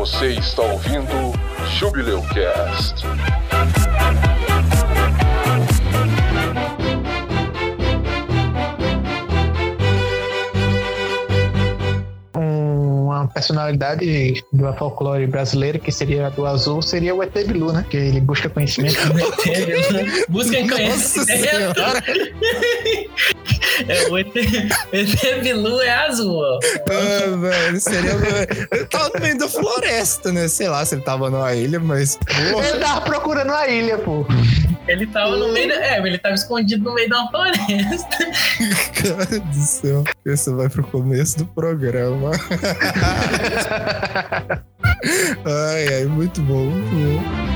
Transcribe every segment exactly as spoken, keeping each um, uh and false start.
Você está ouvindo JubileuCast. Uma personalidade do folclore brasileiro, que seria a do azul, seria o E T Bilu, né? Que ele busca conhecimento. Busca conhecimento. É, o E T Bilu é azul, ó. Ah, velho, seria... Ele tava no meio da floresta, né? Sei lá se ele tava numa ilha, mas... Porra. Ele tava procurando a ilha, pô. Ele tava no meio da... É, ele tava escondido no meio da floresta. Cara do céu. Isso vai pro começo do programa. Ai, ai, muito bom, muito bom.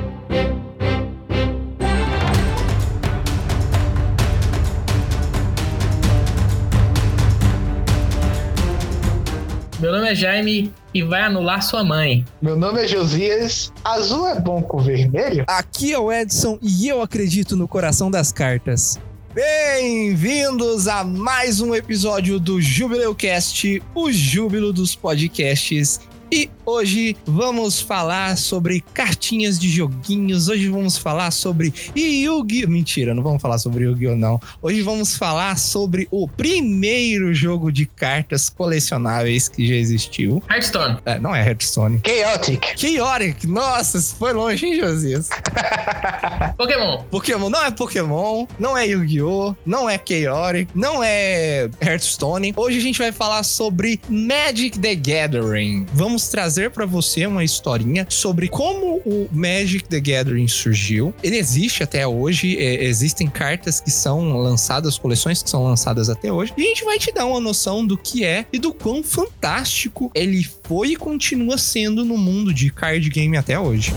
Meu nome é Jaime e vai anular sua mãe. Meu nome é Josias. Azul é bom com vermelho? Aqui é o Edson e eu acredito no coração das cartas. Bem-vindos a mais um episódio do JubileuCast, o júbilo dos podcasts. E hoje vamos falar sobre cartinhas de joguinhos. Hoje vamos falar sobre Yu-Gi-Oh! Mentira, não vamos falar sobre Yu-Gi-Oh! Não. Hoje vamos falar sobre o primeiro jogo de cartas colecionáveis que já existiu. Hearthstone. É, não é Hearthstone. Chaotic. Chaotic. Nossa, foi longe, hein, Josias? Pokémon. Pokémon não é Pokémon, não é Yu-Gi-Oh! Não é Chaotic, não é Hearthstone. Hoje a gente vai falar sobre Magic the Gathering. Vamos trazer para você uma historinha sobre como o Magic the Gathering surgiu. Ele existe até hoje, é, existem cartas que são lançadas, coleções que são lançadas até hoje, e a gente vai te dar uma noção do que é e do quão fantástico ele foi e continua sendo no mundo de card game até hoje.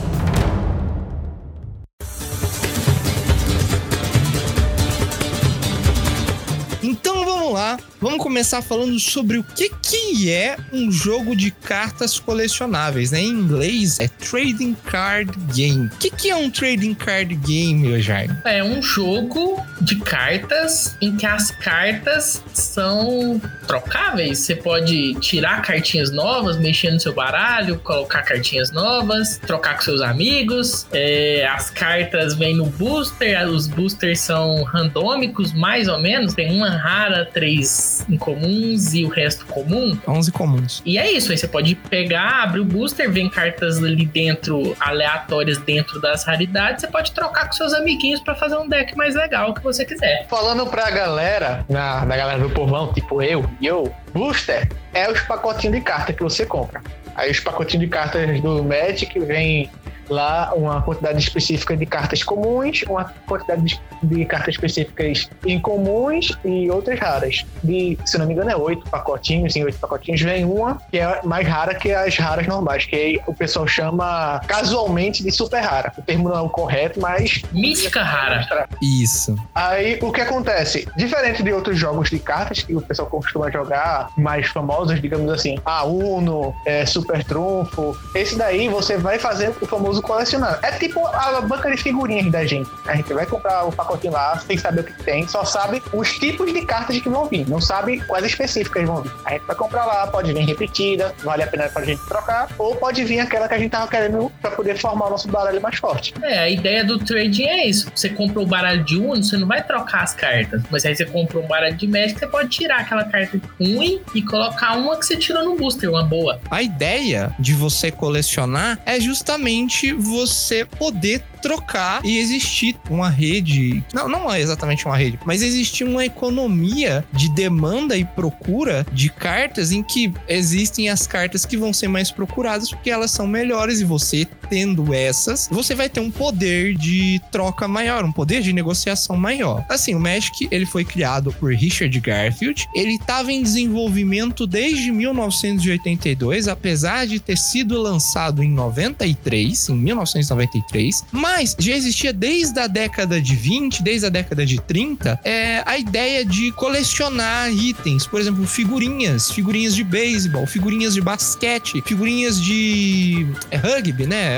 Então vamos lá, vamos começar falando sobre o que, que é um jogo de cartas colecionáveis, né? Em inglês é Trading Card Game. O que, que é um Trading Card Game, meu Jaime? É um jogo de cartas em que as cartas são trocáveis. Você pode tirar cartinhas novas, mexer no seu baralho, colocar cartinhas novas, trocar com seus amigos. É, as cartas vêm no booster, os boosters são randômicos, mais ou menos. Tem uma rara, três incomuns e o resto comum. onze comuns. E é isso, aí você pode pegar, abrir o booster, vem cartas ali dentro, aleatórias dentro das raridades, você pode trocar com seus amiguinhos pra fazer um deck mais legal que você quiser. Falando pra galera, na, da galera do povão, tipo eu, eu, booster é os pacotinhos de carta que você compra. Aí os pacotinhos de cartas do Magic vem lá uma quantidade específica de cartas comuns, uma quantidade de, de cartas específicas incomuns e outras raras. De, se não me engano, é oito pacotinhos. Em oito pacotinhos vem uma que é mais rara que as raras normais, que aí o pessoal chama casualmente de super rara. O termo não é o correto, mas... Mística rara. Isso. Aí, o que acontece? Diferente de outros jogos de cartas que o pessoal costuma jogar, mais famosos, digamos assim, a Uno, é, Super Trunfo, esse daí você vai fazer o famoso colecionando. É tipo a banca de figurinhas da gente. A gente vai comprar o pacotinho lá, sem saber o que tem, só sabe os tipos de cartas que vão vir, não sabe quais específicas vão vir. A gente vai comprar lá, pode vir repetida, vale a pena pra gente trocar, ou pode vir aquela que a gente tava querendo pra poder formar o nosso baralho mais forte. É, a ideia do trading é isso. Você compra o baralho de Uno, você não vai trocar as cartas, mas aí você compra um baralho de Magic, você pode tirar aquela carta ruim e colocar uma que você tirou no booster, uma boa. A ideia de você colecionar é justamente você poder trocar e existir uma rede, não, não é exatamente uma rede, mas existir uma economia de demanda e procura de cartas em que existem as cartas que vão ser mais procuradas porque elas são melhores, e você tendo essas, você vai ter um poder de troca maior, um poder de negociação maior. Assim, o Magic, ele foi criado por Richard Garfield, ele estava em desenvolvimento desde mil novecentos e oitenta e dois, apesar de ter sido lançado em noventa e três, em mil novecentos e noventa e três, mas já existia desde a década de vinte, desde a década de trinta, é, a ideia de colecionar itens, por exemplo, figurinhas, figurinhas de beisebol, figurinhas de basquete, figurinhas de é, rugby, né?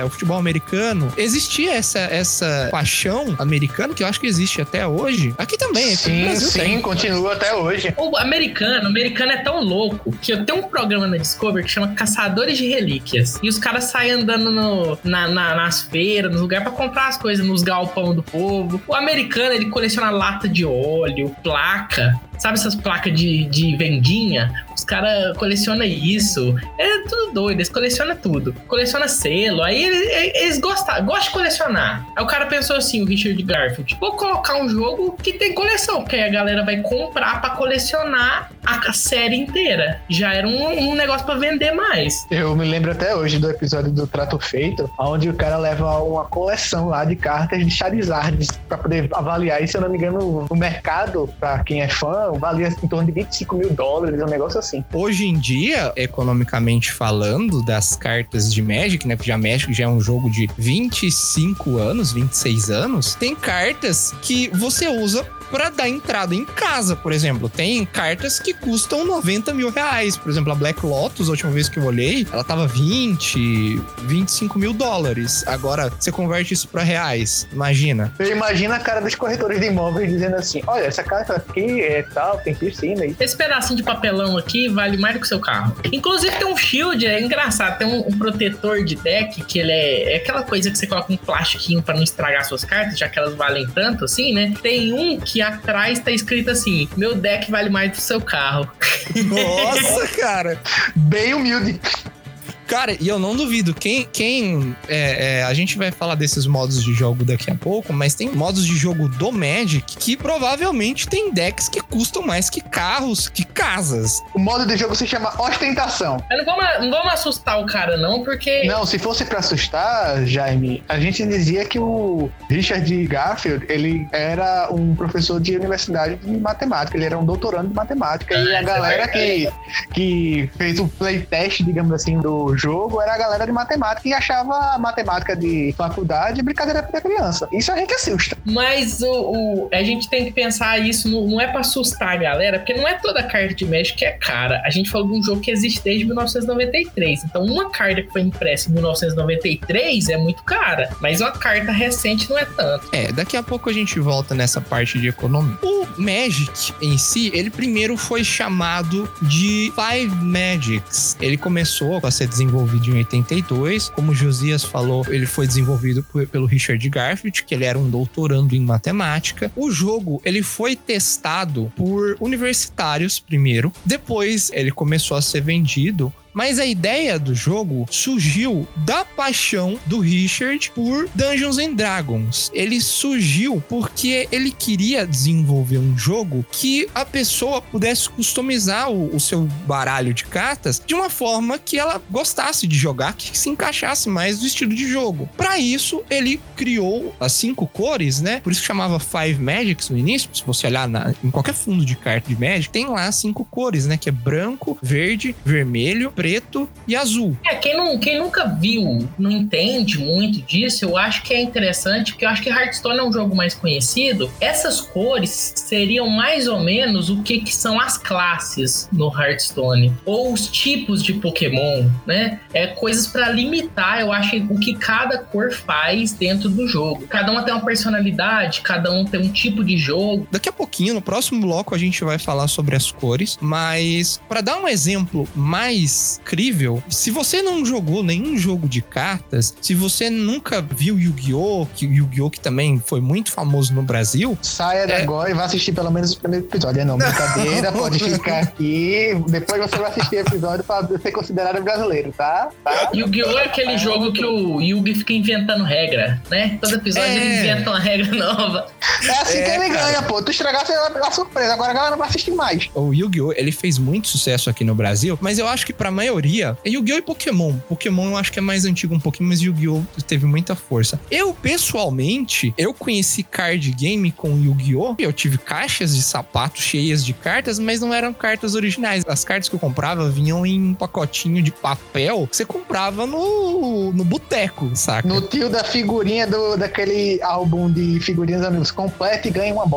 é, o futebol americano, existia essa, essa paixão americana, que eu acho que existe até hoje. Aqui também, aqui sim, no Brasil sim, tem. continua até hoje. O americano, o americano é tão louco que eu tenho um programa na Discovery que chama Caçadores de Relíquias. E os caras saem andando no, na, na, nas feiras, nos lugares pra comprar as coisas, nos galpão do povo. O americano, ele coleciona lata de óleo, placa. Sabe essas placas de, de vendinha? Os caras colecionam isso. É tudo doido, eles colecionam tudo. Coleciona selo. Aí eles, eles gostam, gostam de colecionar. Aí o cara pensou assim, o Richard Garfield, vou colocar um jogo que tem coleção, porque aí a galera vai comprar pra colecionar a série inteira. Já era um, um negócio pra vender mais. Eu me lembro até hoje do episódio do Trato Feito, onde o cara leva uma coleção lá de cartas de Charizard pra poder avaliar. E se eu não me engano, o mercado, pra quem é fã, valia em torno de vinte e cinco mil dólares, um negócio assim. Hoje em dia, economicamente falando, das cartas de Magic, né? Porque já Magic já é um jogo de vinte e cinco anos, vinte e seis anos. Tem cartas que você usa pra dar entrada em casa, por exemplo. Tem cartas que custam noventa mil reais. Por exemplo, a Black Lotus, a última vez que eu olhei, ela tava vinte, vinte e cinco mil dólares. Agora, você converte isso pra reais. Imagina. Eu imagino a cara dos corretores de imóveis dizendo assim, olha, essa carta aqui é tal, tem piscina aí. Esse pedacinho de papelão aqui vale mais do que o seu carro. Inclusive tem um shield, é engraçado, tem um, um protetor de deck que ele é, é aquela coisa que você coloca um plastiquinho pra não estragar suas cartas, já que elas valem tanto assim, né? Tem um que atrás tá escrito assim, meu deck vale mais do que o seu carro. Nossa, cara. Bem humilde. Cara, e eu não duvido, quem... quem é, é, a gente vai falar desses modos de jogo daqui a pouco, mas tem modos de jogo do Magic que provavelmente tem decks que custam mais que carros, que casas. O modo de jogo se chama ostentação. Mas não vamos, não vamos assustar o cara não, porque... Não, se fosse pra assustar, Jaime, a gente dizia que o Richard Garfield, ele era um professor de universidade de matemática, ele era um doutorando de matemática, e a galera que, que fez o playtest, digamos assim, do jogo era a galera de matemática e achava a matemática de faculdade brincadeira pra criança. Isso a gente assusta. Mas o, o, a gente tem que pensar isso, não, não é pra assustar a galera, porque não é toda carta de Magic que é cara. A gente falou de um jogo que existe desde mil novecentos e noventa e três. Então uma carta que foi impressa em mil novecentos e noventa e três é muito cara, mas uma carta recente não é tanto. É, daqui a pouco a gente volta nessa parte de economia. O Magic em si, ele primeiro foi chamado de Five Magics. Ele começou a ser desenvolvido em oitenta e dois. Como o Josias falou, ele foi desenvolvido por, pelo Richard Garfield, que ele era um doutorando em matemática. O jogo, ele foi testado por universitários primeiro. Depois, ele começou a ser vendido. Mas a ideia do jogo surgiu da paixão do Richard por Dungeons and Dragons. Ele surgiu porque ele queria desenvolver um jogo que a pessoa pudesse customizar o, o seu baralho de cartas de uma forma que ela gostasse de jogar, que se encaixasse mais no estilo de jogo. Para isso, ele criou as cinco cores, né? Por isso que chamava Five Magics no início. Se você olhar na, em qualquer fundo de carta de Magic, tem lá as cinco cores, né? Que é branco, verde, vermelho, preto e azul. É, quem, não, quem nunca viu, não entende muito disso, eu acho que é interessante, porque eu acho que Hearthstone é um jogo mais conhecido. Essas cores seriam mais ou menos o que, que são as classes no Hearthstone, ou os tipos de Pokémon, né? É coisas para limitar, eu acho, o que cada cor faz dentro do jogo. Cada uma tem uma personalidade, cada um tem um tipo de jogo. Daqui a pouquinho, no próximo bloco, a gente vai falar sobre as cores, mas para dar um exemplo mais incrível, se você não jogou nenhum jogo de cartas, se você nunca viu Yu-Gi-Oh!, que Yu-Gi-Oh! Que também foi muito famoso no Brasil, saia de é... agora e vá assistir pelo menos o primeiro episódio. Não, brincadeira, pode ficar aqui, depois você vai assistir o episódio pra ser considerado brasileiro, tá? tá? Yu-Gi-Oh! É aquele jogo que o Yugi fica inventando regra, né? Todo episódio é... ele inventa uma regra nova. É assim é, que ele cara. ganha, pô. Tu estragasse a surpresa, agora a galera não vai assistir mais. O Yu-Gi-Oh! Ele fez muito sucesso aqui no Brasil, mas eu acho que pra maioria é Yu-Gi-Oh! E Pokémon. Pokémon eu acho que é mais antigo um pouquinho, mas Yu-Gi-Oh! Teve muita força. Eu, pessoalmente, eu conheci card game com Yu-Gi-Oh! Eu tive caixas de sapato cheias de cartas, mas não eram cartas originais. As cartas que eu comprava vinham em um pacotinho de papel que você comprava no, no boteco, saca? No tio da figurinha do, daquele álbum de figurinhas amigos, completa e ganha uma bola.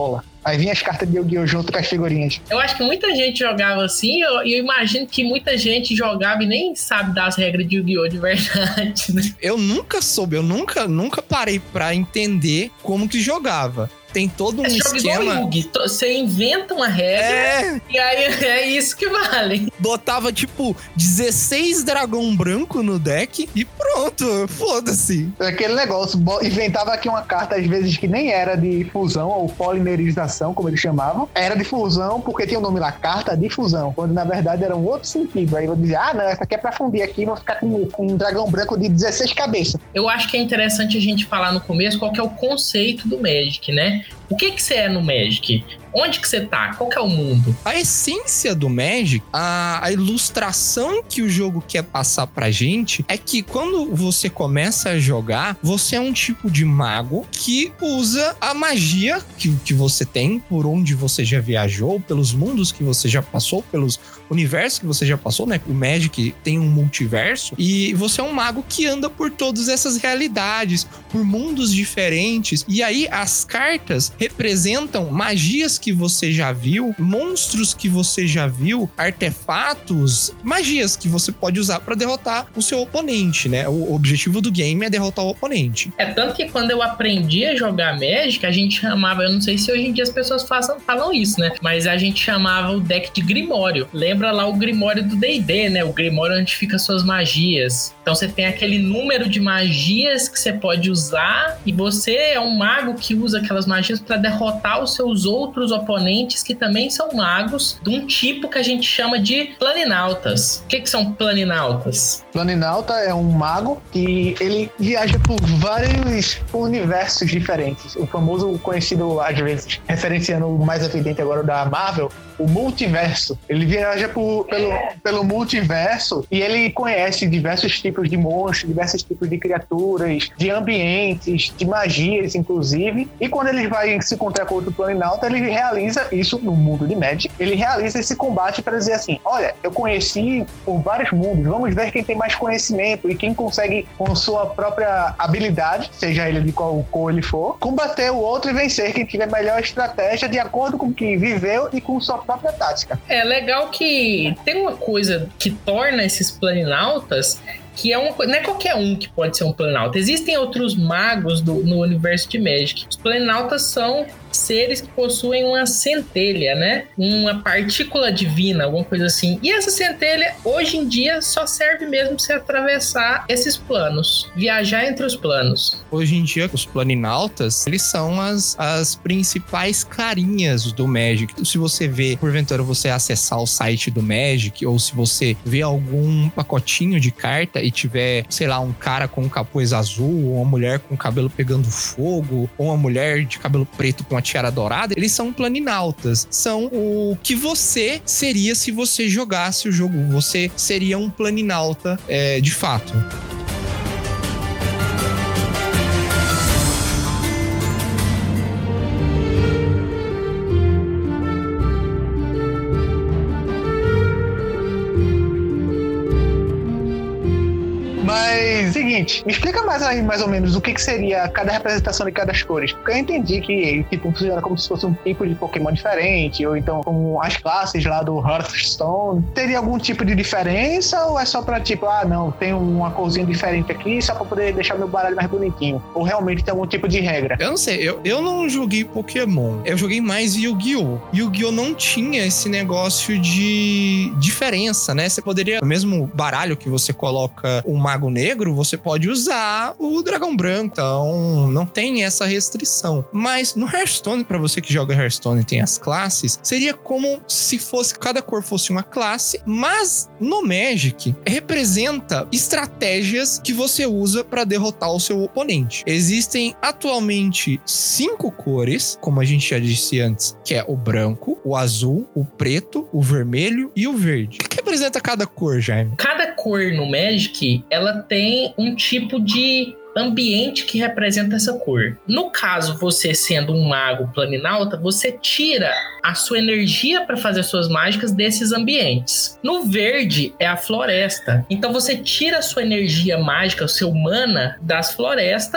Aí vinha as cartas de Yu-Gi-Oh! Junto com as figurinhas. Eu acho que muita gente jogava assim, e eu, eu imagino que muita gente jogava e nem sabe das regras de Yu-Gi-Oh! De verdade, né? Eu nunca soube, eu nunca, nunca parei pra entender como que jogava. Tem todo um Esse esquema. jogo Yugi, você inventa uma regra É. e aí é isso que vale. Botava, tipo, dezesseis dragão branco no deck e pronto, foda-se. Aquele negócio, inventava aqui uma carta, às vezes, que nem era de fusão ou polimerização, como eles chamavam. Era de fusão, porque tinha o nome lá, carta de fusão, quando na verdade era um outro sentido. Aí eu dizia, ah, não, essa aqui é pra fundir aqui, vou ficar com, com um dragão branco de dezesseis cabeças. Eu acho que é interessante a gente falar no começo qual que é o conceito do Magic, né? O que que você é no Magic? Onde que você tá? Qual que é o mundo? A essência do Magic, a, a ilustração que o jogo quer passar pra gente é que quando você começa a jogar, você é um tipo de mago que usa a magia que, que você tem, por onde você já viajou, pelos mundos que você já passou, pelos universos que você já passou, né? O Magic tem um multiverso e você é um mago que anda por todas essas realidades, por mundos diferentes. E aí as cartas representam magias que você já viu, monstros que você já viu, artefatos, magias que você pode usar pra derrotar o seu oponente, né? O objetivo do game é derrotar o oponente. É tanto que quando eu aprendi a jogar Magic, a gente chamava, eu não sei se hoje em dia as pessoas façam, falam isso, né? Mas a gente chamava o deck de Grimório. Lembra lá o Grimório do D e D, né? O Grimório onde fica suas magias. Então você tem aquele número de magias que você pode usar e você é um mago que usa aquelas magias pra derrotar os seus outros oponentes que também são magos de um tipo que a gente chama de planinautas. O que que são planinautas? Planinauta é um mago que ele viaja por vários universos diferentes. O famoso, conhecido às vezes, referenciando o mais evidente agora da Marvel, o multiverso. Ele viaja por, pelo, pelo multiverso e ele conhece diversos tipos de monstros, diversos tipos de criaturas, de ambientes, de magias, inclusive. E quando ele vai se encontrar com outro planinauta, ele realiza isso no mundo de Magic. Ele realiza esse combate para dizer assim, olha, eu conheci por vários mundos, vamos ver quem tem mais conhecimento e quem consegue, com sua própria habilidade, seja ele de qual cor ele for, combater o outro e vencer quem tiver melhor estratégia de acordo com o que viveu e com sua própria tática. É legal que tem uma coisa que torna esses planinautas que é uma coisa, não é qualquer um que pode ser um planinauta. Existem outros magos do, no universo de Magic. Os planinautas são seres que possuem uma centelha, né? Uma partícula divina, alguma coisa assim. E essa centelha, hoje em dia, só serve mesmo para você atravessar esses planos, viajar entre os planos. Hoje em dia, os planinautas, eles são as, as principais carinhas do Magic. Se você vê, porventura, você acessar o site do Magic, ou se você vê algum pacotinho de carta e tiver, sei lá, um cara com um capuz azul, ou uma mulher com o cabelo pegando fogo, ou uma mulher de cabelo preto com a tiara dourada, eles são planinautas. São o que você seria se você jogasse o jogo. Você seria um planinauta é, de fato. Mas, seguinte, me explica mais aí, mais ou menos, o que, que seria cada representação de cada das cores. Porque eu entendi que tipo, funciona como se fosse um tipo de Pokémon diferente, ou então como as classes lá do Hearthstone. Teria algum tipo de diferença, ou é só pra tipo, ah, não, tem uma corzinha diferente aqui, só pra poder deixar meu baralho mais bonitinho? Ou realmente tem algum tipo de regra? Eu não sei, eu, eu não joguei Pokémon, eu joguei mais Yu-Gi-Oh! Yu-Gi-Oh! Não tinha esse negócio de diferença, né? Você poderia, no mesmo baralho que você coloca o Mago Negro, você pode usar o Dragão Branco, então não tem essa restrição. Mas no Hearthstone, pra você que joga Hearthstone e tem as classes, seria como se fosse, cada cor fosse uma classe, mas no Magic representa estratégias que você usa pra derrotar o seu oponente. Existem atualmente cinco cores, como a gente já disse antes, que é o branco, o azul, o preto, o vermelho e o verde. O que representa cada cor, Jaime? Cada cor no Magic, ela tem um tipo de ambiente que representa essa cor. No caso, você sendo um mago planinauta, você tira a sua energia para fazer suas mágicas desses ambientes. No verde é a floresta. Então você tira a sua energia mágica, o seu mana das florestas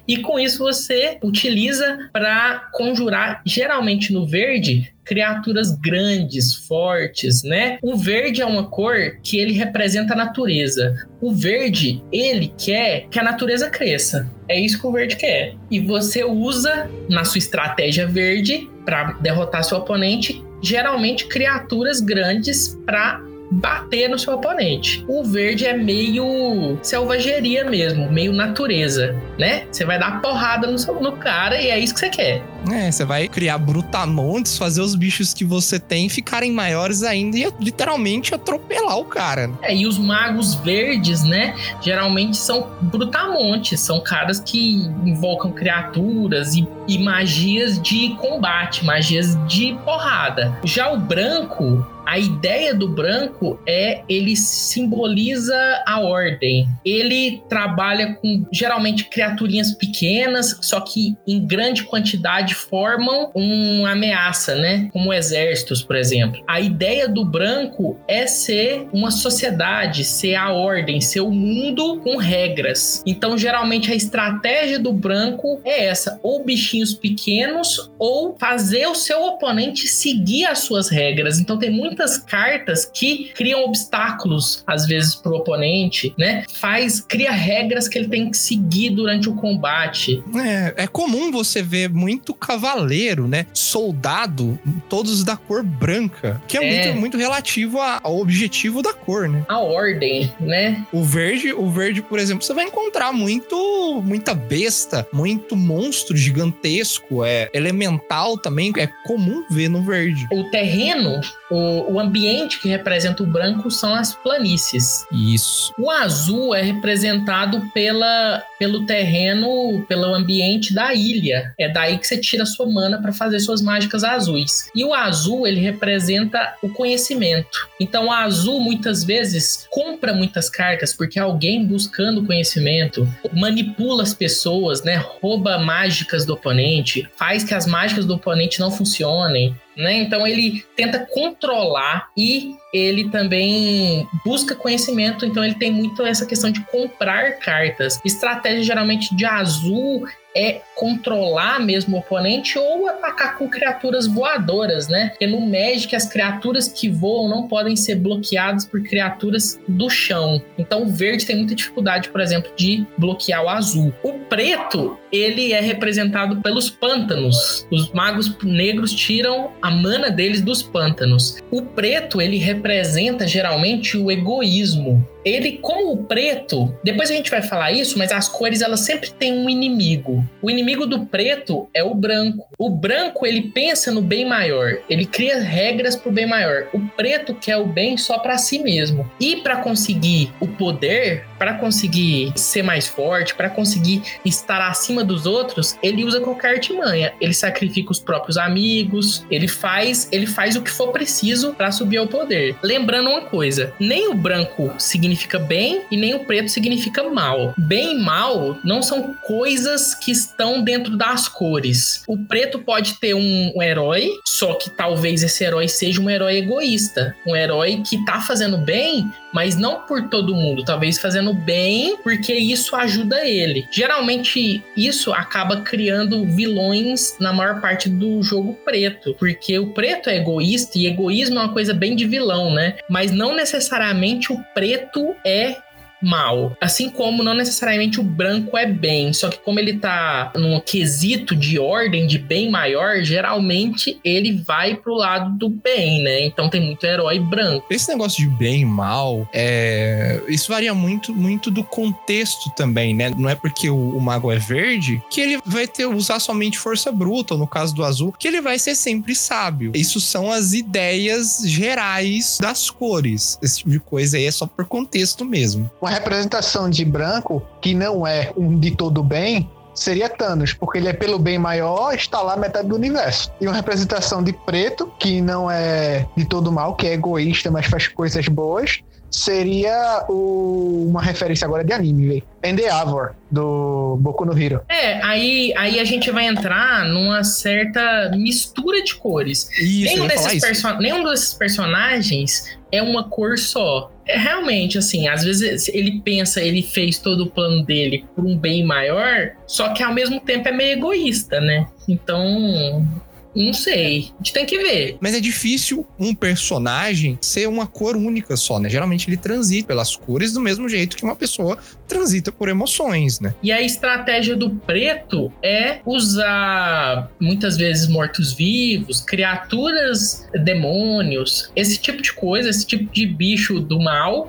E com isso você utiliza para conjurar, geralmente no verde, criaturas grandes, fortes, né? O verde é uma cor que ele representa a natureza. O verde, ele quer que a natureza cresça. É isso que o verde quer. E você usa, na sua estratégia verde, para derrotar seu oponente, geralmente criaturas grandes para bater no seu oponente. O verde é meio selvageria mesmo, meio natureza, né? Você vai dar porrada no, seu, no cara e é isso que você quer. É, você vai criar brutamontes, fazer os bichos que você tem ficarem maiores ainda e literalmente atropelar o cara. É, e os magos verdes, né, geralmente são brutamontes, são caras que invocam criaturas e, e magias de combate, magias de porrada. Já o branco, a ideia do branco é, ele simboliza a ordem. Ele trabalha com, geralmente, criaturinhas pequenas, só que em grande quantidade formam uma ameaça, né? Como exércitos, por exemplo. A ideia do branco é ser uma sociedade, ser a ordem, ser o mundo com regras. Então, geralmente, a estratégia do branco é essa: ou bichinhos pequenos, ou fazer o seu oponente seguir as suas regras. Então, tem muito muitas cartas que criam obstáculos, às vezes, pro oponente, né? Faz, cria regras que ele tem que seguir durante o combate. É, é comum você ver muito cavaleiro, né? Soldado, todos da cor branca, que é, é. Muito, muito relativo ao objetivo da cor, né? A ordem, né? O verde, o verde, por exemplo, você vai encontrar muito, muita besta, muito monstro gigantesco, é elemental também, é comum ver no verde. O terreno, o O ambiente que representa o branco são as planícies. Isso. O azul é representado pela, pelo terreno, pelo ambiente da ilha. É daí que você tira a sua mana para fazer suas mágicas azuis. E o azul, ele representa o conhecimento. Então, o azul, muitas vezes, compra muitas cartas, porque alguém buscando conhecimento manipula as pessoas, né? Rouba mágicas do oponente, faz que as mágicas do oponente não funcionem. Né? Então ele tenta controlar e ele também busca conhecimento, então ele tem muito essa questão de comprar cartas. Estratégia geralmente de azul é controlar mesmo o oponente ou atacar com criaturas voadoras, né? Porque no Magic as criaturas que voam não podem ser bloqueadas por criaturas do chão. Então o verde tem muita dificuldade, por exemplo, de bloquear o azul. O preto, ele é representado pelos pântanos. Os magos negros tiram a mana deles dos pântanos. O preto, ele representa geralmente o egoísmo. Ele, como o preto, depois a gente vai falar isso, mas as cores, elas sempre têm um inimigo. O inimigo do preto é o branco. O branco, ele pensa no bem maior. Ele cria regras pro bem maior. O preto quer o bem só para si mesmo. E para conseguir o poder, para conseguir ser mais forte, para conseguir estar acima dos outros, ele usa qualquer artimanha. Ele sacrifica os próprios amigos, ele faz, ele faz o que for preciso para subir ao poder. Lembrando uma coisa, nem o branco significa significa bem e nem o preto significa mal. Bem e mal não são coisas que estão dentro das cores. O preto pode ter um, um herói, só que talvez esse herói seja um herói egoísta. Um herói que tá fazendo bem, mas não por todo mundo. Talvez fazendo bem porque isso ajuda ele. Geralmente isso acaba criando vilões na maior parte do jogo preto, porque o preto é egoísta e egoísmo é uma coisa bem de vilão, né? Mas não necessariamente o preto é mal, assim como não necessariamente o branco é bem, só que como ele tá num quesito de ordem, de bem maior, geralmente ele vai pro lado do bem, né? Então tem muito herói branco. Esse negócio de bem e mal, é... isso varia muito, muito do contexto também, né? Não é porque o, o mago é verde que ele vai ter, usar somente força bruta, ou no caso do azul, que ele vai ser sempre sábio. Isso são as ideias gerais das cores. Esse tipo de coisa aí é só por contexto mesmo. Uma representação de branco que não é um de todo bem seria Thanos, porque ele é pelo bem maior, está lá metade do universo. E uma representação de preto, que não é de todo mal, que é egoísta, mas faz coisas boas, seria o... uma referência agora de anime, velho. Endeavor, do Boku no Hero. É, aí, aí a gente vai entrar numa certa mistura de cores. Isso, nenhum, desses isso. perso- nenhum desses personagens é uma cor só. é realmente, assim, às vezes ele pensa, ele fez todo o plano dele por um bem maior, só que ao mesmo tempo é meio egoísta, né? Então... Não sei, a gente tem que ver. Mas é difícil um personagem ser uma cor única só, né? Geralmente ele transita pelas cores do mesmo jeito que uma pessoa transita por emoções, né? E a estratégia do preto é usar, muitas vezes, mortos-vivos, criaturas, demônios, esse tipo de coisa, esse tipo de bicho do mal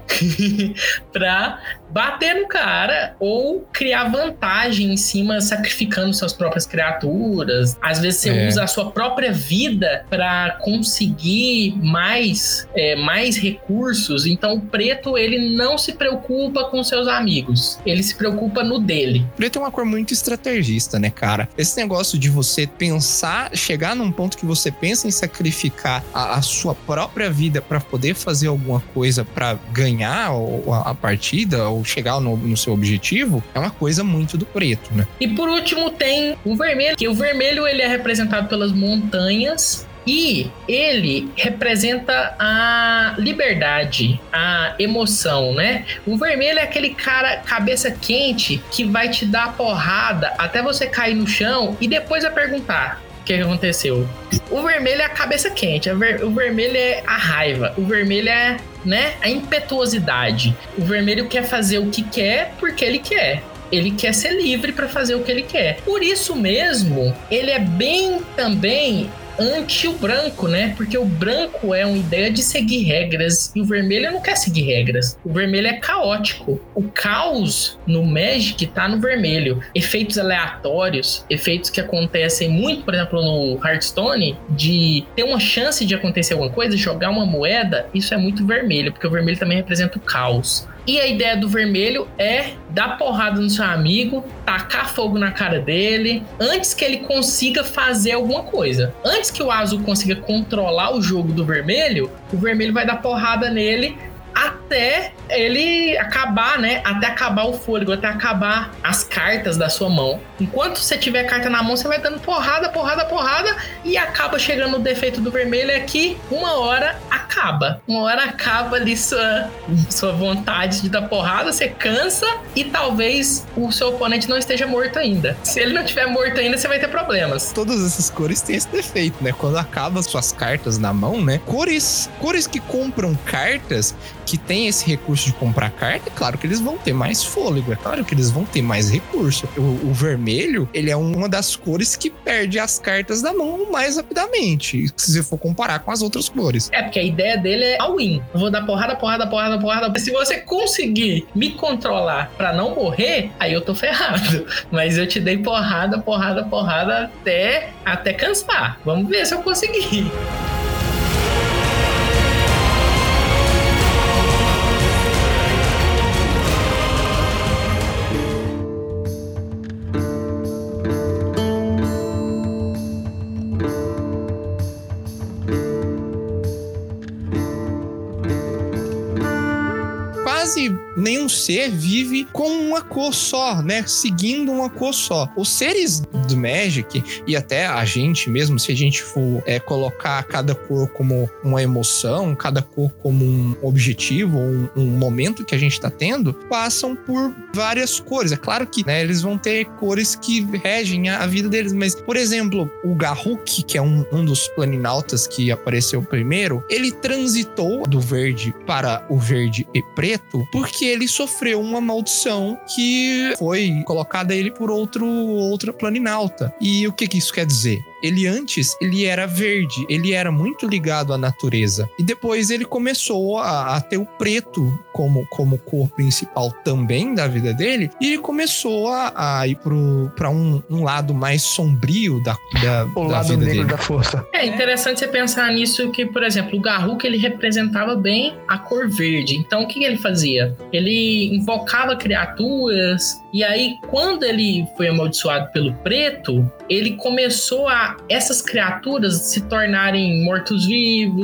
pra bater no cara ou criar vantagem em cima, sacrificando suas próprias criaturas. Às vezes você é. usa a sua própria vida para conseguir mais, é, mais recursos. Então o preto, ele não se preocupa com seus amigos, ele se preocupa no dele. O preto é uma cor muito estrategista, né, cara? Esse negócio de você pensar, chegar num ponto que você pensa em sacrificar a, a sua própria vida para poder fazer alguma coisa para ganhar a, a partida ou chegar no, no seu objetivo, é uma coisa muito do preto, né? E por último tem o vermelho, que o vermelho ele é representado pelas montanhas e ele representa a liberdade, a emoção, né? O vermelho é aquele cara cabeça quente que vai te dar porrada até você cair no chão e depois vai perguntar o que aconteceu. O vermelho é a cabeça quente, o vermelho é a raiva, o vermelho é, né, a impetuosidade. O vermelho quer fazer o que quer porque ele quer. Ele quer ser livre para fazer o que ele quer. Por isso mesmo, ele é bem também anti o branco, né? Porque o branco é uma ideia de seguir regras e o vermelho não quer seguir regras. O vermelho é caótico. O caos no Magic tá no vermelho. Efeitos aleatórios, efeitos que acontecem muito, por exemplo, no Hearthstone, de ter uma chance de acontecer alguma coisa, jogar uma moeda, isso é muito vermelho, porque o vermelho também representa o caos. E a ideia do vermelho é dar porrada no seu amigo, tacar fogo na cara dele, antes que ele consiga fazer alguma coisa. Antes que o azul consiga controlar o jogo do vermelho, o vermelho vai dar porrada nele até ele acabar, né? Até acabar o fôlego, até acabar as cartas da sua mão. Enquanto você tiver carta na mão, você vai dando porrada, porrada, porrada e acaba chegando o defeito do vermelho é que uma hora acaba. Uma hora acaba ali sua, sua vontade de dar porrada, você cansa e talvez o seu oponente não esteja morto ainda. Se ele não estiver morto ainda, você vai ter problemas. Todas essas cores têm esse defeito, né? Quando acaba as suas cartas na mão, né? Cores, cores que compram cartas, que tem esse recurso de comprar carta, é claro que eles vão ter mais fôlego, é claro que eles vão ter mais recurso. O, o vermelho, ele é uma das cores que perde as cartas da mão mais rapidamente, se você for comparar com as outras cores. É, porque a ideia dele é all-in. Eu vou dar porrada, porrada, porrada, porrada. Se você conseguir me controlar pra não morrer, aí eu tô ferrado. Mas eu te dei porrada, porrada, porrada até, até cansar. Vamos ver se eu conseguir. Quase nenhum ser vive com uma cor só, né? Seguindo uma cor só. Os seres do Magic, e até a gente mesmo, se a gente for é, colocar cada cor como uma emoção, cada cor como um objetivo, um, um momento que a gente tá tendo, passam por várias cores. É claro que, né, eles vão ter cores que regem a, a vida deles, mas, por exemplo, o Garruk, que é um, um dos planinautas que apareceu primeiro, ele transitou do verde para o verde e preto porque ele sofreu uma maldição que foi colocada a ele por outro, outra planinauta. E o que, que isso quer dizer? Ele antes, ele era verde, ele era muito ligado à natureza. E depois ele começou a, a ter o preto como, como cor principal também da vida dele. E ele começou a, a ir para um, um lado mais sombrio da, da, o da lado vida negro dele. da força. É interessante você pensar nisso que, por exemplo, o Garruk, ele representava bem a cor verde. Então, o que ele fazia? Ele invocava criaturas. E aí, quando ele foi amaldiçoado pelo preto, ele começou a essas criaturas se tornarem mortos-vivos,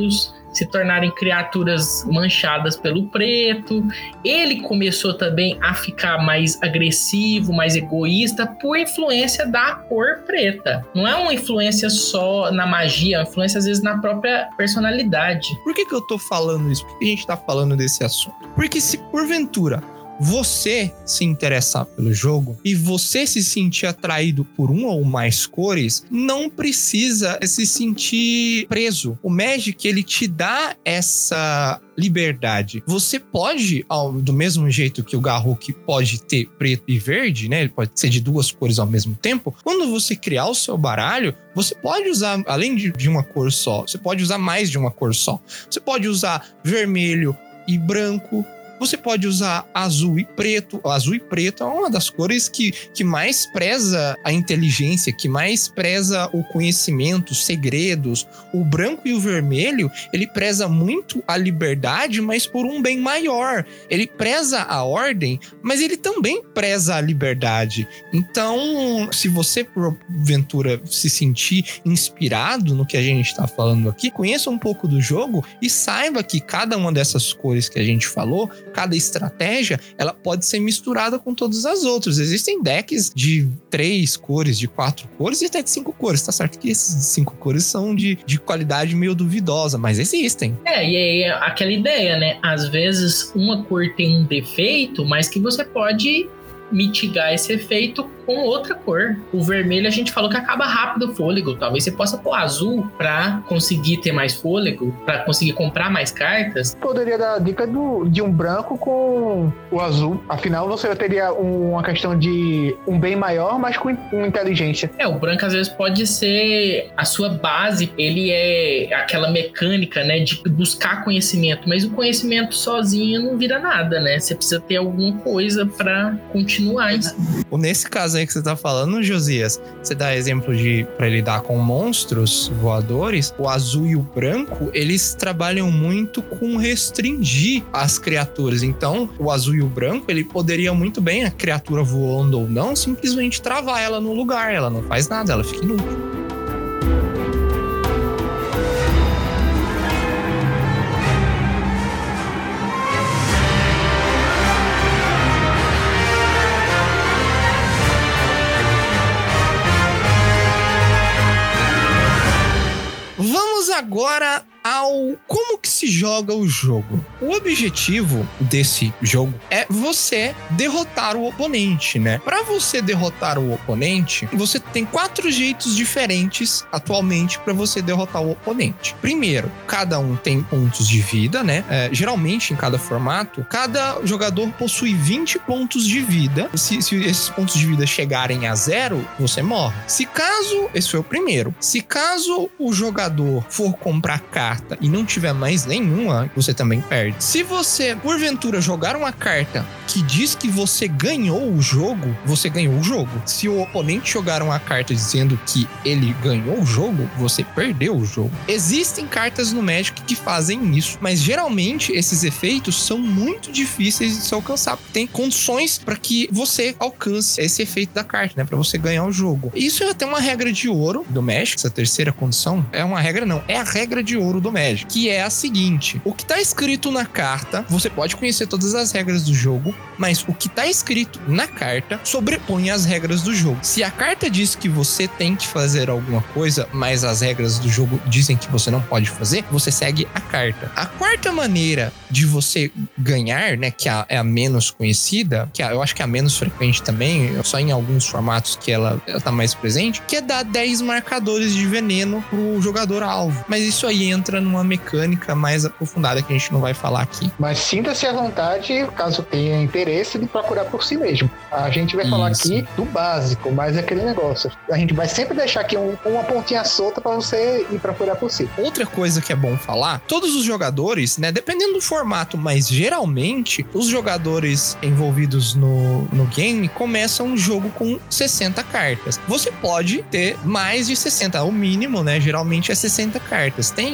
se tornarem criaturas manchadas pelo preto. Ele começou também a ficar mais agressivo, mais egoísta por influência da cor preta. Não é uma influência só na magia, é uma influência às vezes na própria personalidade. Por que que eu tô falando isso? Por que a gente tá falando desse assunto? Porque se porventura você se interessar pelo jogo e você se sentir atraído por uma ou mais cores, não precisa se sentir preso. O Magic, ele te dá essa liberdade. Você pode, do mesmo jeito que o Garruk pode ter preto e verde, né? Ele pode ser de duas cores ao mesmo tempo. Quando você criar o seu baralho, você pode usar, além de, de uma cor só, você pode usar mais de uma cor só. Você pode usar vermelho e branco. Você pode usar azul e preto. O azul e preto é uma das cores que, que mais preza a inteligência, que mais preza o conhecimento, segredos. O branco e o vermelho, ele preza muito a liberdade, mas por um bem maior. Ele preza a ordem, mas ele também preza a liberdade. Então, se você, porventura, se sentir inspirado no que a gente está falando aqui, conheça um pouco do jogo e saiba que cada uma dessas cores que a gente falou, cada estratégia, ela pode ser misturada com todas as outras. Existem decks de três cores, de quatro cores e até de cinco cores. Tá certo que esses cinco cores são de, de qualidade meio duvidosa, mas existem. É, e aí é aquela ideia, né? Às vezes uma cor tem um defeito, mas que você pode mitigar esse efeito com outra cor. O vermelho a gente falou que acaba rápido o fôlego. Talvez você possa pôr azul pra conseguir ter mais fôlego, pra conseguir comprar mais cartas. Poderia dar a dica do, de um branco com o azul. Afinal, você teria um, uma questão de um bem maior, mas com, com inteligência. É, o branco às vezes pode ser a sua base. Ele é aquela mecânica, né, de buscar conhecimento. Mas o conhecimento sozinho não vira nada, né? Você precisa ter alguma coisa pra continuar. Nesse caso aí que você tá falando, Josias, você dá exemplo de para lidar com monstros voadores, o azul e o branco, eles trabalham muito com restringir as criaturas. Então, o azul e o branco, ele poderia muito bem, a criatura voando ou não, simplesmente travar ela no lugar. Ela não faz nada, ela fica inútil. Vamos agora ao como que se joga o jogo. O objetivo desse jogo é você derrotar o oponente, né? Para você derrotar o oponente, você tem quatro jeitos diferentes atualmente para você derrotar o oponente. Primeiro, cada um tem pontos de vida, né? É, geralmente, em cada formato, cada jogador possui vinte pontos de vida. Se, se esses pontos de vida chegarem a zero, você morre. Se caso, esse foi o primeiro. Se caso o jogador for comprar carta e não tiver mais nenhuma, você também perde. Se você, porventura, jogar uma carta que diz que você ganhou o jogo, você ganhou o jogo. Se o oponente jogar uma carta dizendo que ele ganhou o jogo, você perdeu o jogo. Existem cartas no Magic que fazem isso, mas geralmente esses efeitos são muito difíceis de se alcançar. Tem condições para que você alcance esse efeito da carta, né? Para você ganhar o jogo. Isso é até uma regra de ouro do Magic, essa terceira condição. É uma regra não, é a regra de ouro do Magic, que é a seguinte: o que tá escrito na carta, você pode conhecer todas as regras do jogo, mas o que tá escrito na carta sobrepõe as regras do jogo. Se a carta diz que você tem que fazer alguma coisa, mas as regras do jogo dizem que você não pode fazer, você segue a carta. A quarta maneira de você ganhar, né, que é a menos conhecida, que eu acho que é a menos frequente também, só em alguns formatos que ela, ela tá mais presente, que é dar dez marcadores de veneno pro jogador alvo. Mas isso aí entra numa mecânica mais aprofundada que a gente não vai falar aqui. Mas sinta-se à vontade, caso tenha interesse, de procurar por si mesmo. A gente vai Isso. falar aqui do básico, mas é aquele negócio. A gente vai sempre deixar aqui um, uma pontinha solta para você ir procurar por si. Outra coisa que é bom falar, todos os jogadores, né, dependendo do formato, mas geralmente os jogadores envolvidos no, no game começam o jogo com sessenta cartas. Você pode ter mais de sessenta, o mínimo, né, geralmente é sessenta cartas. Tem outros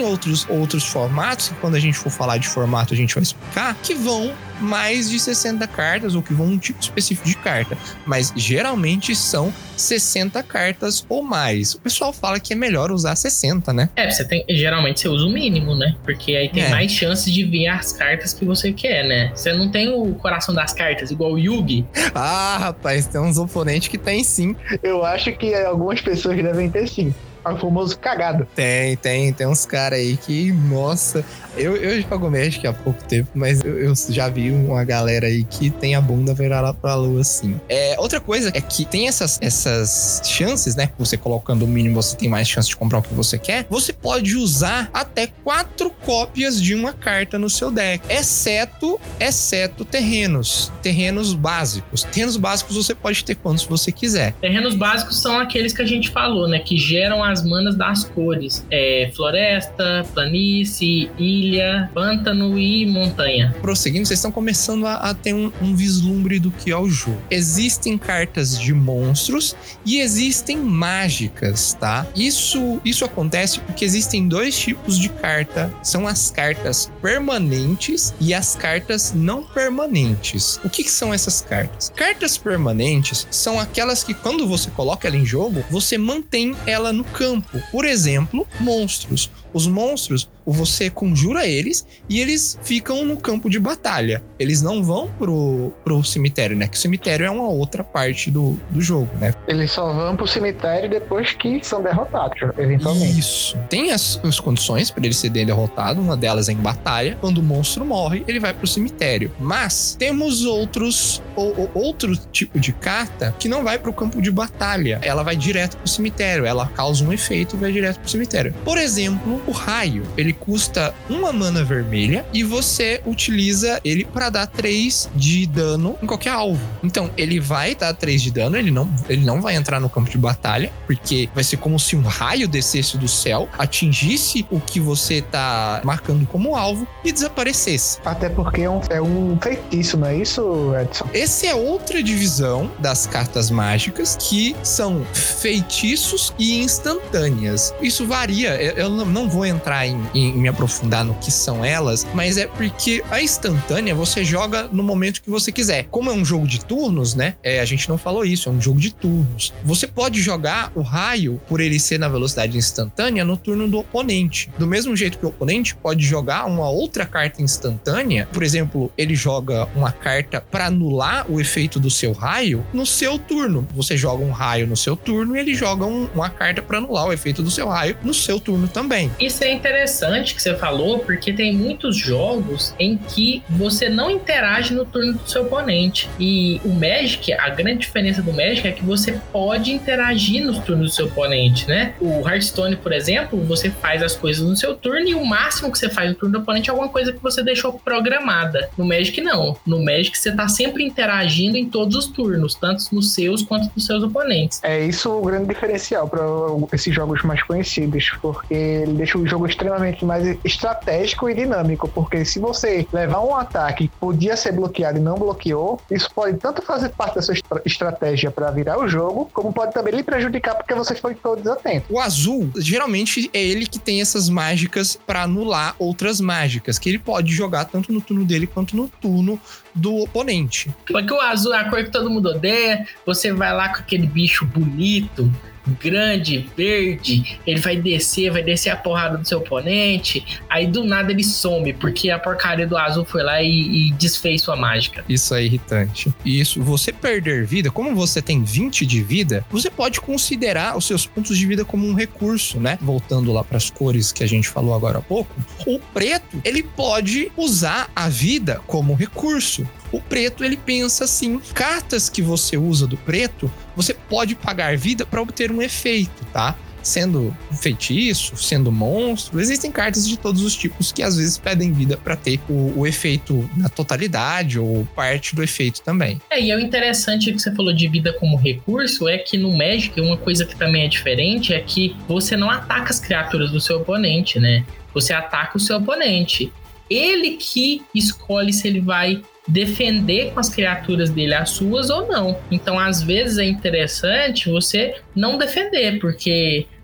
alguns outros formatos, que quando a gente for falar de formato a gente vai explicar, que vão mais de sessenta cartas ou que vão um tipo específico de carta, mas geralmente são sessenta cartas ou mais. O pessoal fala que é melhor usar sessenta, né? É, você tem, geralmente você usa o mínimo, né? Porque aí tem É. mais chances de vir as cartas que você quer, né? Você não tem o coração das cartas igual o Yugi. Ah, rapaz, tem uns oponentes que tem sim. Eu acho que algumas pessoas devem ter sim. É o famoso cagado. Tem, tem, tem uns caras aí que, nossa, eu, eu jogo Magic há pouco tempo, mas eu, eu já vi uma galera aí que tem a bunda virar lá pra lua, assim. É, outra coisa é que tem essas, essas chances, né? Você colocando o mínimo, você tem mais chance de comprar o que você quer. Você pode usar até quatro cópias de uma carta no seu deck, exceto, exceto terrenos, terrenos básicos. Terrenos básicos você pode ter quantos você quiser. Terrenos básicos são aqueles que a gente falou, né? Que geram as manas das cores. É floresta, planície, ilha, pântano e montanha. Prosseguindo, vocês estão começando a, a ter um, um vislumbre do que é o jogo. Existem cartas de monstros e existem mágicas, tá? Isso, isso acontece porque existem dois tipos de carta. São as cartas permanentes e as cartas não permanentes. O que, que são essas cartas? Cartas permanentes são aquelas que quando você coloca ela em jogo, você mantém ela no campo. Por exemplo, monstros. Os monstros, você conjura eles e eles ficam no campo de batalha. Eles não vão pro, pro cemitério, né? Que o cemitério é uma outra parte do, do jogo, né? Eles só vão pro cemitério depois que são derrotados, eventualmente. Isso. Tem as, as condições para ele ser derrotado. Uma delas é em batalha. Quando o monstro morre, ele vai pro cemitério. Mas temos outros ou, ou, outro tipo de carta que não vai pro campo de batalha. Ela vai direto pro cemitério. Ela causa um efeito e vai direto pro cemitério. Por exemplo, o raio, ele custa uma mana vermelha e você utiliza ele para dar três de dano em qualquer alvo. Então, ele vai dar três de dano, ele não, ele não vai entrar no campo de batalha, porque vai ser como se um raio descesse do céu, atingisse o que você tá marcando como alvo e desaparecesse. Até porque é um, é um feitiço, não é isso, Edson? Essa é outra divisão das cartas mágicas, que são feitiços e instantâneas. Isso varia, eu não vou entrar em, em me aprofundar no que são elas, mas é porque a instantânea você joga no momento que você quiser. Como é um jogo de turnos, né? É, a gente não falou isso, é um jogo de turnos. Você pode jogar o raio, por ele ser na velocidade instantânea, no turno do oponente. Do mesmo jeito que o oponente pode jogar uma outra carta instantânea, por exemplo, ele joga uma carta para anular o efeito do seu raio no seu turno. Você joga um raio no seu turno e ele joga um, uma carta para anular o efeito do seu raio no seu turno também. Isso é interessante que você falou, porque tem muitos jogos em que você não interage no turno do seu oponente. E o Magic, a grande diferença do Magic é que você pode interagir nos turnos do seu oponente, né? O Hearthstone, por exemplo, você faz as coisas no seu turno e o máximo que você faz no turno do oponente é alguma coisa que você deixou programada. No Magic, não. No Magic, você tá sempre interagindo em todos os turnos, tanto nos seus quanto nos seus oponentes. É isso o grande diferencial para esses jogos mais conhecidos, porque ele deixa o jogo extremamente mais estratégico e dinâmico, porque se você levar um ataque que podia ser bloqueado e não bloqueou, isso pode tanto fazer parte da sua estra- estratégia para virar o jogo, como pode também lhe prejudicar porque você foi todo desatento. O azul, geralmente, é ele que tem essas mágicas para anular outras mágicas, que ele pode jogar tanto no turno dele quanto no turno do oponente. Porque o azul é a cor que todo mundo odeia, você vai lá com aquele bicho bonito, grande, verde, ele vai descer, vai descer a porrada do seu oponente, aí do nada ele some, porque a porcaria do azul foi lá e, e desfez sua mágica. Isso é irritante. Isso, você perder vida, como você tem vinte de vida, você pode considerar os seus pontos de vida como um recurso, né? Voltando lá para as cores que a gente falou agora há pouco, o preto, ele pode usar a vida como recurso. O preto, ele pensa assim, cartas que você usa do preto, você pode pagar vida para obter um efeito, tá? Sendo feitiço, sendo monstro, existem cartas de todos os tipos que às vezes pedem vida para ter o, o efeito na totalidade ou parte do efeito também. É, e é o interessante que você falou de vida como recurso é que no Magic, uma coisa que também é diferente é que você não ataca as criaturas do seu oponente, né? Você ataca o seu oponente. Ele que escolhe se ele vai defender com as criaturas dele as suas ou não. Então, às vezes é interessante você não defender, porque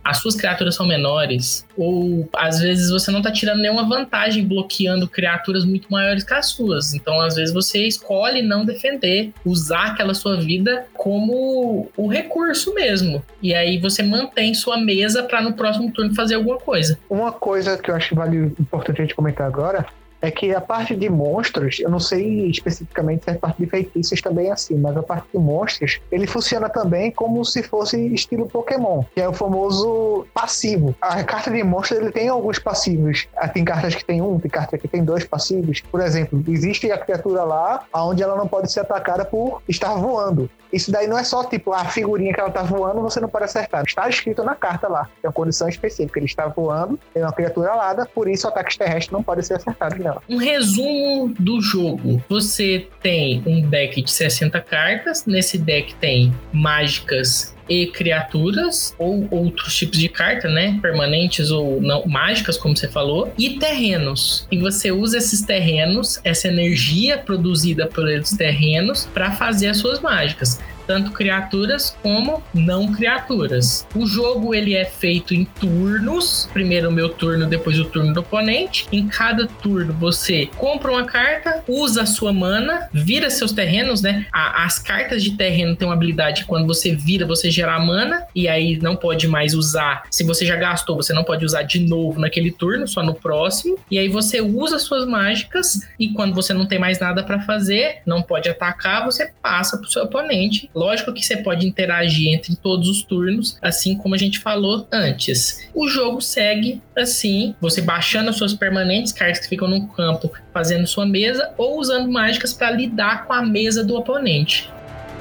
as suas criaturas são menores, ou às vezes você não tá tirando nenhuma vantagem bloqueando criaturas muito maiores que as suas. Então, às vezes você escolhe não defender, usar aquela sua vida como o recurso mesmo. E aí você mantém sua mesa para no próximo turno fazer alguma coisa. Uma coisa que eu acho que vale importante a gente comentar agora é que a parte de monstros, eu não sei especificamente se a parte de feitiços também é assim, mas a parte de monstros, ele funciona também como se fosse estilo Pokémon, que é o famoso passivo. A carta de monstros, ele tem alguns passivos. Tem cartas que tem um, tem cartas que tem dois passivos. Por exemplo, existe a criatura lá onde ela não pode ser atacada por estar voando. Isso daí não é só, tipo, a figurinha que ela tá voando, você não pode acertar. Está escrito na carta lá. Tem uma condição específica. Ele está voando, tem uma criatura alada, por isso ataques terrestres não podem ser acertados nela. Um resumo do jogo. Você tem um deck de sessenta cartas. Nesse deck tem mágicas e criaturas, ou outros tipos de carta, né? Permanentes ou não, mágicas, como você falou, e terrenos. E você usa esses terrenos, essa energia produzida pelos terrenos, para fazer as suas mágicas. Tanto criaturas como não criaturas. O jogo ele é feito em turnos. Primeiro o meu turno, depois o turno do oponente. Em cada turno você compra uma carta, usa a sua mana, vira seus terrenos, né? As cartas de terreno têm uma habilidade que quando você vira, você gera mana. E aí não pode mais usar. Se você já gastou, você não pode usar de novo naquele turno, só no próximo. E aí você usa as suas mágicas. E quando você não tem mais nada para fazer, não pode atacar, você passa pro seu oponente. Lógico que você pode interagir entre todos os turnos, assim como a gente falou antes. O jogo segue assim, você baixando as suas permanentes, cartas que ficam no campo, fazendo sua mesa, ou usando mágicas para lidar com a mesa do oponente.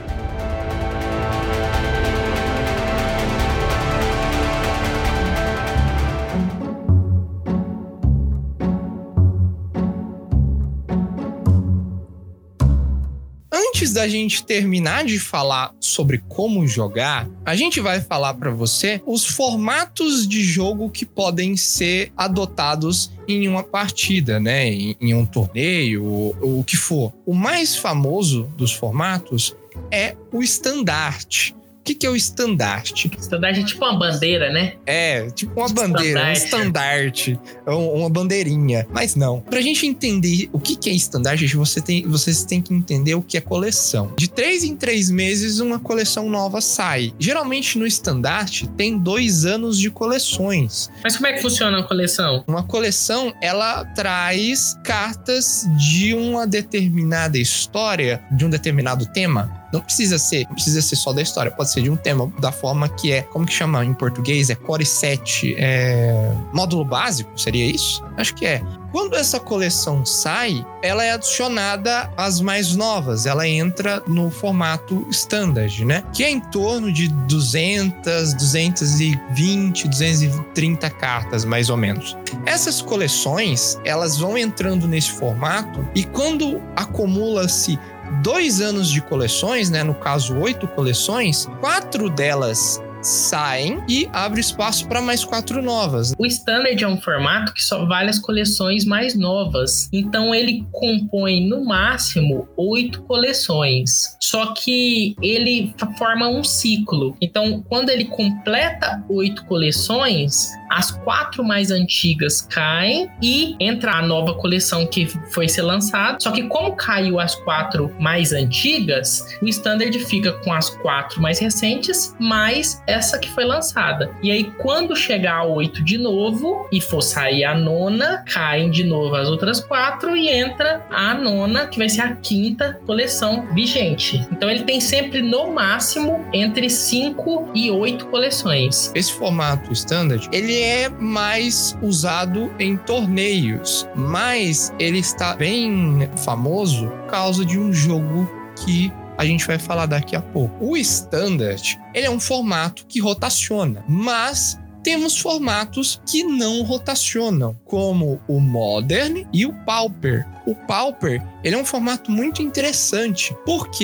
Antes da gente terminar de falar sobre como jogar, a gente vai falar para você os formatos de jogo que podem ser adotados em uma partida, né? Em, em um torneio, ou, ou o que for. O mais famoso dos formatos é o estandarte. O que, que é o estandarte? Estandarte é tipo uma bandeira, né? É, tipo uma bandeira, um estandarte, uma bandeirinha. Mas não. Pra gente entender o que, que é estandarte, você tem, vocês têm que entender o que é coleção. De três em três meses, uma coleção nova sai. Geralmente no estandarte tem dois anos de coleções. Mas como é que funciona a coleção? Uma coleção, ela traz cartas de uma determinada história, de um determinado tema. Não precisa ser, não precisa ser só da história, pode ser de um tema, da forma que é, como que chama em português? É core set, é módulo básico, seria isso? Acho que é. Quando essa coleção sai, ela é adicionada às mais novas, ela entra no formato standard, né? Que é em torno de duzentas, duzentas e vinte, duzentas e trinta cartas, mais ou menos. Essas coleções, elas vão entrando nesse formato e quando acumula-se dois anos de coleções, né? No caso, oito coleções, quatro delas saem e abre espaço para mais quatro novas. O Standard é um formato que só vale as coleções mais novas. Então ele compõe no máximo oito coleções. Só que ele forma um ciclo. Então quando ele completa oito coleções, as quatro mais antigas caem e entra a nova coleção que foi ser lançada. Só que como caiu as quatro mais antigas, o Standard fica com as quatro mais recentes, mais essa que foi lançada. E aí, quando chegar a oito de novo e for sair a nona, caem de novo as outras quatro e entra a nona, que vai ser a quinta coleção vigente. Então, ele tem sempre, no máximo, entre cinco e oito coleções. Esse formato standard, ele é mais usado em torneios, mas ele está bem famoso por causa de um jogo que a gente vai falar daqui a pouco. O Standard, ele é um formato que rotaciona, mas temos formatos que não rotacionam, como o Modern e o Pauper. O Pauper, ele é um formato muito interessante. Por quê?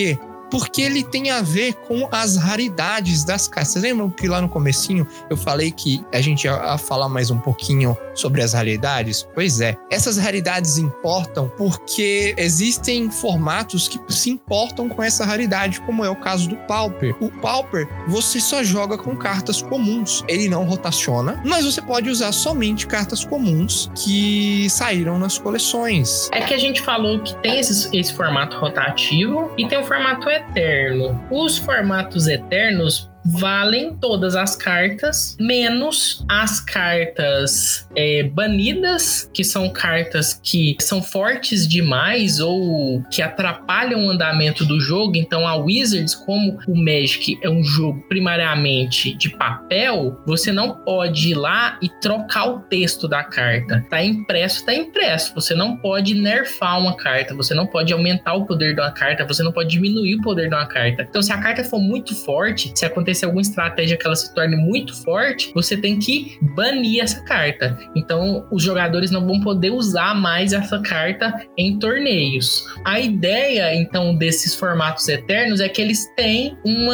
porque ele tem a ver com as raridades das cartas. Vocês lembram que lá no comecinho eu falei que a gente ia falar mais um pouquinho sobre as raridades? Pois é, essas raridades importam porque existem formatos que se importam com essa raridade, como é o caso do Pauper. O Pauper, você só joga com cartas comuns. Ele não rotaciona, mas você pode usar somente cartas comuns que saíram nas coleções. É que a gente falou que tem esse, esse formato rotativo e tem o formato eterno. Os formatos eternos valem todas as cartas, menos as cartas é, banidas, que são cartas que são fortes demais ou que atrapalham o andamento do jogo. Então a Wizards, como o Magic é um jogo primariamente de papel, você não pode ir lá e trocar o texto da carta. Tá impresso, tá impresso. Você não pode nerfar uma carta, você não pode aumentar o poder de uma carta, você não pode diminuir o poder de uma carta. Então se a carta for muito forte, se acontecer alguma estratégia que ela se torne muito forte, você tem que banir essa carta. Então, os jogadores não vão poder usar mais essa carta em torneios. A ideia, então, desses formatos eternos é que eles têm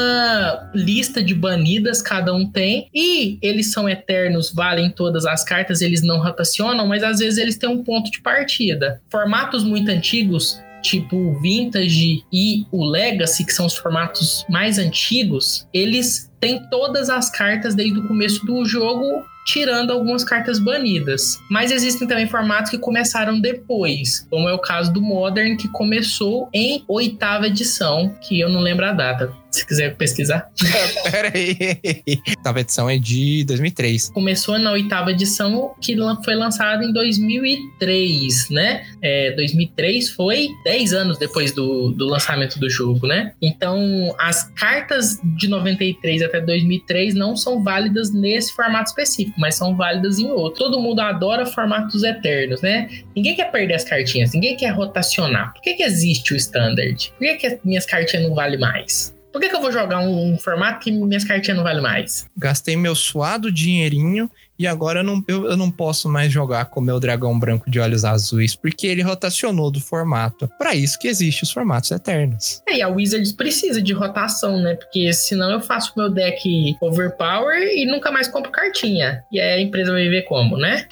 uma lista de banidas, cada um tem, e eles são eternos, valem todas as cartas, eles não rotacionam, mas às vezes eles têm um ponto de partida. Formatos muito antigos, tipo o Vintage e o Legacy, que são os formatos mais antigos, eles têm todas as cartas desde o começo do jogo, tirando algumas cartas banidas. Mas existem também formatos que começaram depois, como é o caso do Modern, que começou em oitava edição, que eu não lembro a data. Se quiser pesquisar. Pera aí. A oitava edição é de dois mil e três. Começou na oitava edição, que foi lançada em dois mil e três, né? É, dois mil e três foi dez anos depois do, do lançamento do jogo, né? Então, as cartas de noventa e três até dois mil e três não são válidas nesse formato específico, mas são válidas em outro. Todo mundo adora formatos eternos, né? Ninguém quer perder as cartinhas, ninguém quer rotacionar. Por que que existe o Standard? Por que que as minhas cartinhas não valem mais? Por que que eu vou jogar um, um formato que minhas cartinhas não valem mais? Gastei meu suado dinheirinho e agora eu não, eu, eu não posso mais jogar com o meu dragão branco de olhos azuis, porque ele rotacionou do formato. Para isso que existem os formatos eternos. É, e a Wizards precisa de rotação, né? Porque senão eu faço meu deck overpower e nunca mais compro cartinha. E aí a empresa vai ver como, né?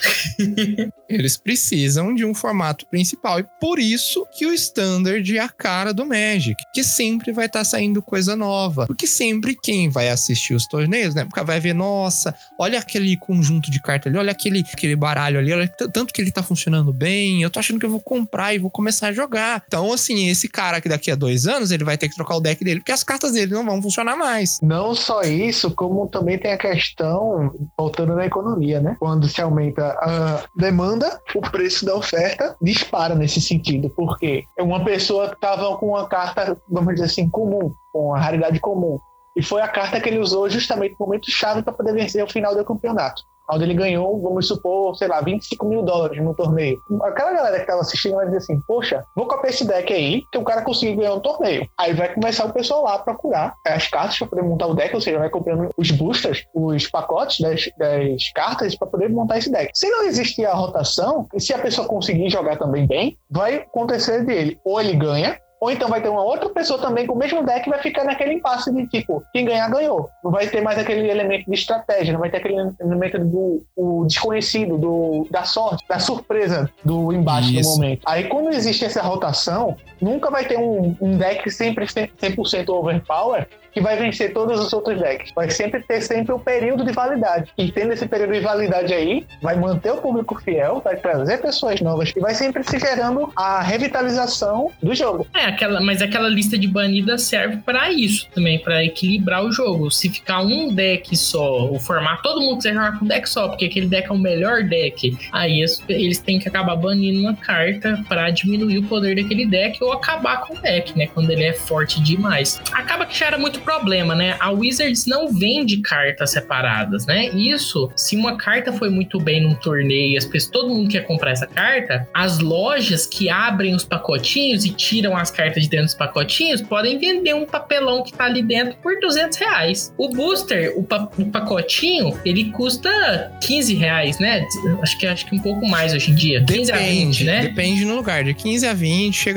Eles precisam de um formato principal. E por isso que o Standard é a cara do Magic. Que sempre vai estar tá saindo coisa nova. Porque sempre quem vai assistir os torneios, né? Porque vai ver, nossa, olha aquele conjunto de carta ali, olha aquele, aquele baralho ali, olha tanto que ele tá funcionando bem, eu tô achando que eu vou comprar e vou começar a jogar. Então, assim, esse cara que daqui a dois anos, ele vai ter que trocar o deck dele, porque as cartas dele não vão funcionar mais. Não só isso, como também tem a questão, voltando na economia, né? Quando se aumenta a demanda, o preço da oferta dispara nesse sentido, porque uma pessoa que tava com uma carta, vamos dizer assim, comum, com uma raridade comum, e foi a carta que ele usou justamente no momento chave para poder vencer o final do campeonato, onde ele ganhou, vamos supor, sei lá, vinte e cinco mil dólares no torneio. Aquela galera que tava assistindo vai dizer assim, poxa, vou copiar esse deck aí, que o cara conseguiu ganhar um torneio. Aí vai começar o pessoal lá a procurar as cartas para poder montar o deck, ou seja, vai comprando os boosters, os pacotes das, das cartas para poder montar esse deck. Se não existir a rotação, e se a pessoa conseguir jogar também bem, vai acontecer dele, ou ele ganha, ou então vai ter uma outra pessoa também com o mesmo deck e vai ficar naquele impasse de tipo, quem ganhar, ganhou. Não vai ter mais aquele elemento de estratégia, não vai ter aquele elemento do o desconhecido, do, da sorte, da surpresa do embate no momento. Aí quando existe essa rotação, nunca vai ter um, um deck sempre cem por cento overpower que vai vencer todos os outros decks. Vai sempre ter sempre um período de validade. E tendo esse período de validade aí, vai manter o público fiel, vai trazer pessoas novas e vai sempre se gerando a revitalização do jogo. É, aquela, mas aquela lista de banidas serve pra isso também, pra equilibrar o jogo. Se ficar um deck só, o formato, todo mundo quiser jogar com um deck só, porque aquele deck é o melhor deck, aí eles, eles têm que acabar banindo uma carta pra diminuir o poder daquele deck ou acabar com o deck, né? Quando ele é forte demais. Acaba que gera muito problema, né? A Wizards não vende cartas separadas, né? Isso, se uma carta foi muito bem num torneio e as pessoas, todo mundo quer comprar essa carta, as lojas que abrem os pacotinhos e tiram as cartas de dentro dos pacotinhos podem vender um papelão que tá ali dentro por duzentos reais. O booster, o, pa- o pacotinho, ele custa quinze reais, né? Acho que, acho que um pouco mais hoje em dia. quinze a vinte, né? Depende no lugar. De quinze a vinte, chega até vinte e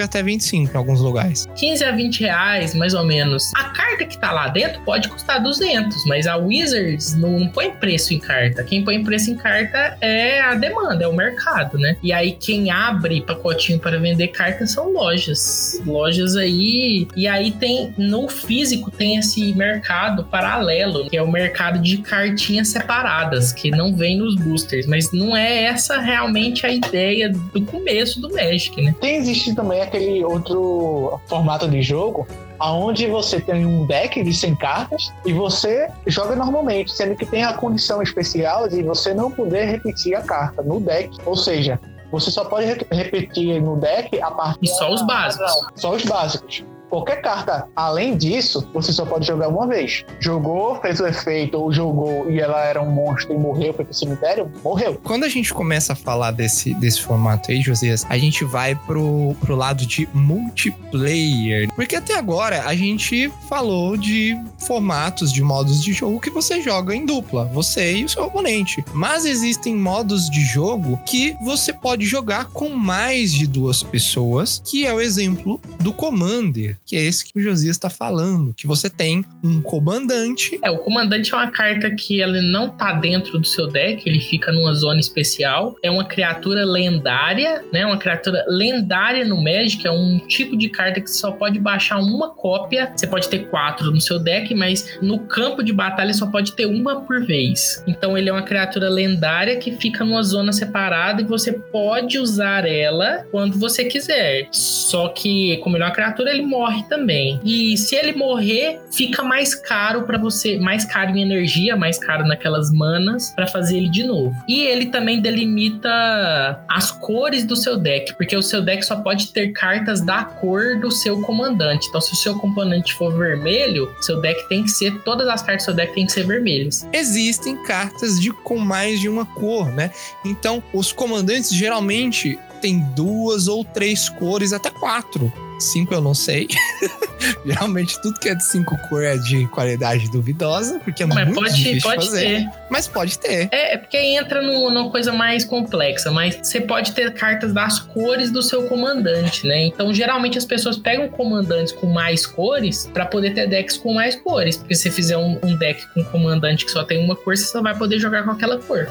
e cinco em alguns lugares. quinze a vinte reais, mais ou menos. A carta que tá lá dentro pode custar duzentos, mas a Wizards não põe preço em carta. Quem põe preço em carta é a demanda, é o mercado, né? E aí quem abre pacotinho para vender cartas são lojas. Lojas aí... E aí tem... No físico tem esse mercado paralelo, que é o mercado de cartinhas separadas, que não vem nos boosters. Mas não é essa realmente a ideia do começo do Magic, né? Tem, existe também aquele outro formato de jogo onde você tem um deck de cem cartas e você joga normalmente, sendo que tem a condição especial de você não poder repetir a carta no deck. Ou seja, você só pode re- repetir no deck a partir... E só os básicos. Não, só os básicos. Qualquer carta além disso, você só pode jogar uma vez. Jogou, fez o efeito, ou jogou e ela era um monstro e morreu, foi pro cemitério, morreu. Quando a gente começa a falar desse, desse formato aí, Josias, a gente vai pro, pro lado de multiplayer. Porque até agora a gente falou de formatos, de modos de jogo que você joga em dupla, você e o seu oponente. Mas existem modos de jogo que você pode jogar com mais de duas pessoas, que é o exemplo do Commander, que é esse que o Josias está falando, que você tem um comandante. É, o comandante é uma carta que ela não tá dentro do seu deck, ele fica numa zona especial, é uma criatura lendária, né, uma criatura lendária no Magic, é um tipo de carta que você só pode baixar uma cópia, você pode ter quatro no seu deck, mas no campo de batalha só pode ter uma por vez. Então ele é uma criatura lendária que fica numa zona separada e você pode usar ela quando você quiser, só que como ele é uma criatura, ele morre também. E se ele morrer, fica mais caro pra você, mais caro em energia, mais caro naquelas manas pra fazer ele de novo. E ele também delimita as cores do seu deck, porque o seu deck só pode ter cartas da cor do seu comandante. Então, se o seu comandante for vermelho, seu deck tem que ser, todas as cartas do seu deck tem que ser vermelhas. Existem cartas de com mais de uma cor, né? Então, os comandantes geralmente têm duas ou três cores, até quatro. Cinco eu não sei. Geralmente tudo que é de cinco cores é de qualidade duvidosa, porque é mas muito pode, difícil pode fazer. Ter. Mas pode ter. É, é porque entra no, numa coisa mais complexa, mas você pode ter cartas das cores do seu comandante, né? Então, geralmente as pessoas pegam comandantes com mais cores pra poder ter decks com mais cores, porque se você fizer um, um deck com comandante que só tem uma cor, você só vai poder jogar com aquela cor.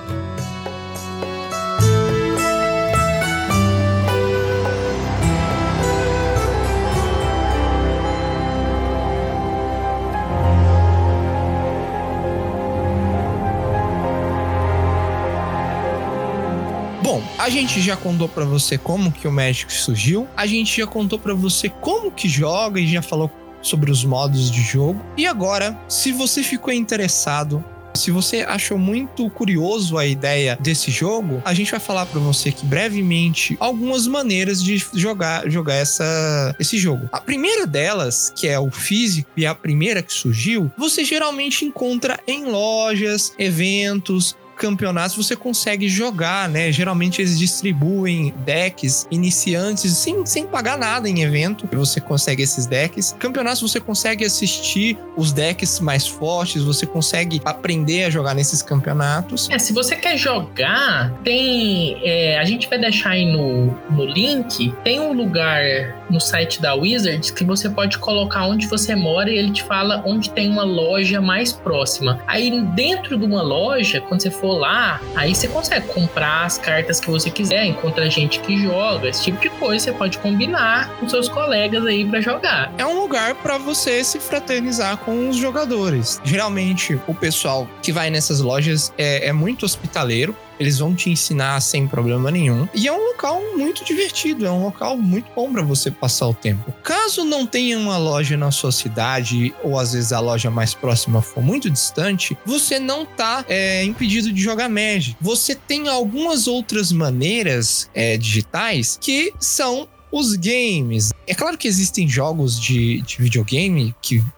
Bom, a gente já contou pra você como que o Magic surgiu, a gente já contou pra você como que joga e já falou sobre os modos de jogo. E agora, se você ficou interessado, se você achou muito curioso a ideia desse jogo, a gente vai falar pra você aqui brevemente algumas maneiras de jogar, jogar essa, esse jogo. A primeira delas, que é o físico e a primeira que surgiu, você geralmente encontra em lojas, eventos, campeonatos, você consegue jogar, né? Geralmente eles distribuem decks iniciantes sem, sem pagar nada em evento, e você consegue esses decks. Campeonatos você consegue assistir os decks mais fortes, você consegue aprender a jogar nesses campeonatos. É, se você quer jogar, tem... É, a gente vai deixar aí no, no link, tem um lugar no site da Wizards que você pode colocar onde você mora e ele te fala onde tem uma loja mais próxima. Aí dentro de uma loja, quando você for lá, aí você consegue comprar as cartas que você quiser, encontra gente que joga, esse tipo de coisa, você pode combinar com seus colegas aí pra jogar. É um lugar pra você se fraternizar com os jogadores. Geralmente o pessoal que vai nessas lojas é, é muito hospitaleiro. Eles vão te ensinar sem problema nenhum. E é um local muito divertido, é um local muito bom para você passar o tempo. Caso não tenha uma loja na sua cidade, ou às vezes a loja mais próxima for muito distante, você não tá é, impedido de jogar Magic. Você tem algumas outras maneiras é, digitais que são os games. É claro que existem jogos de, de videogame que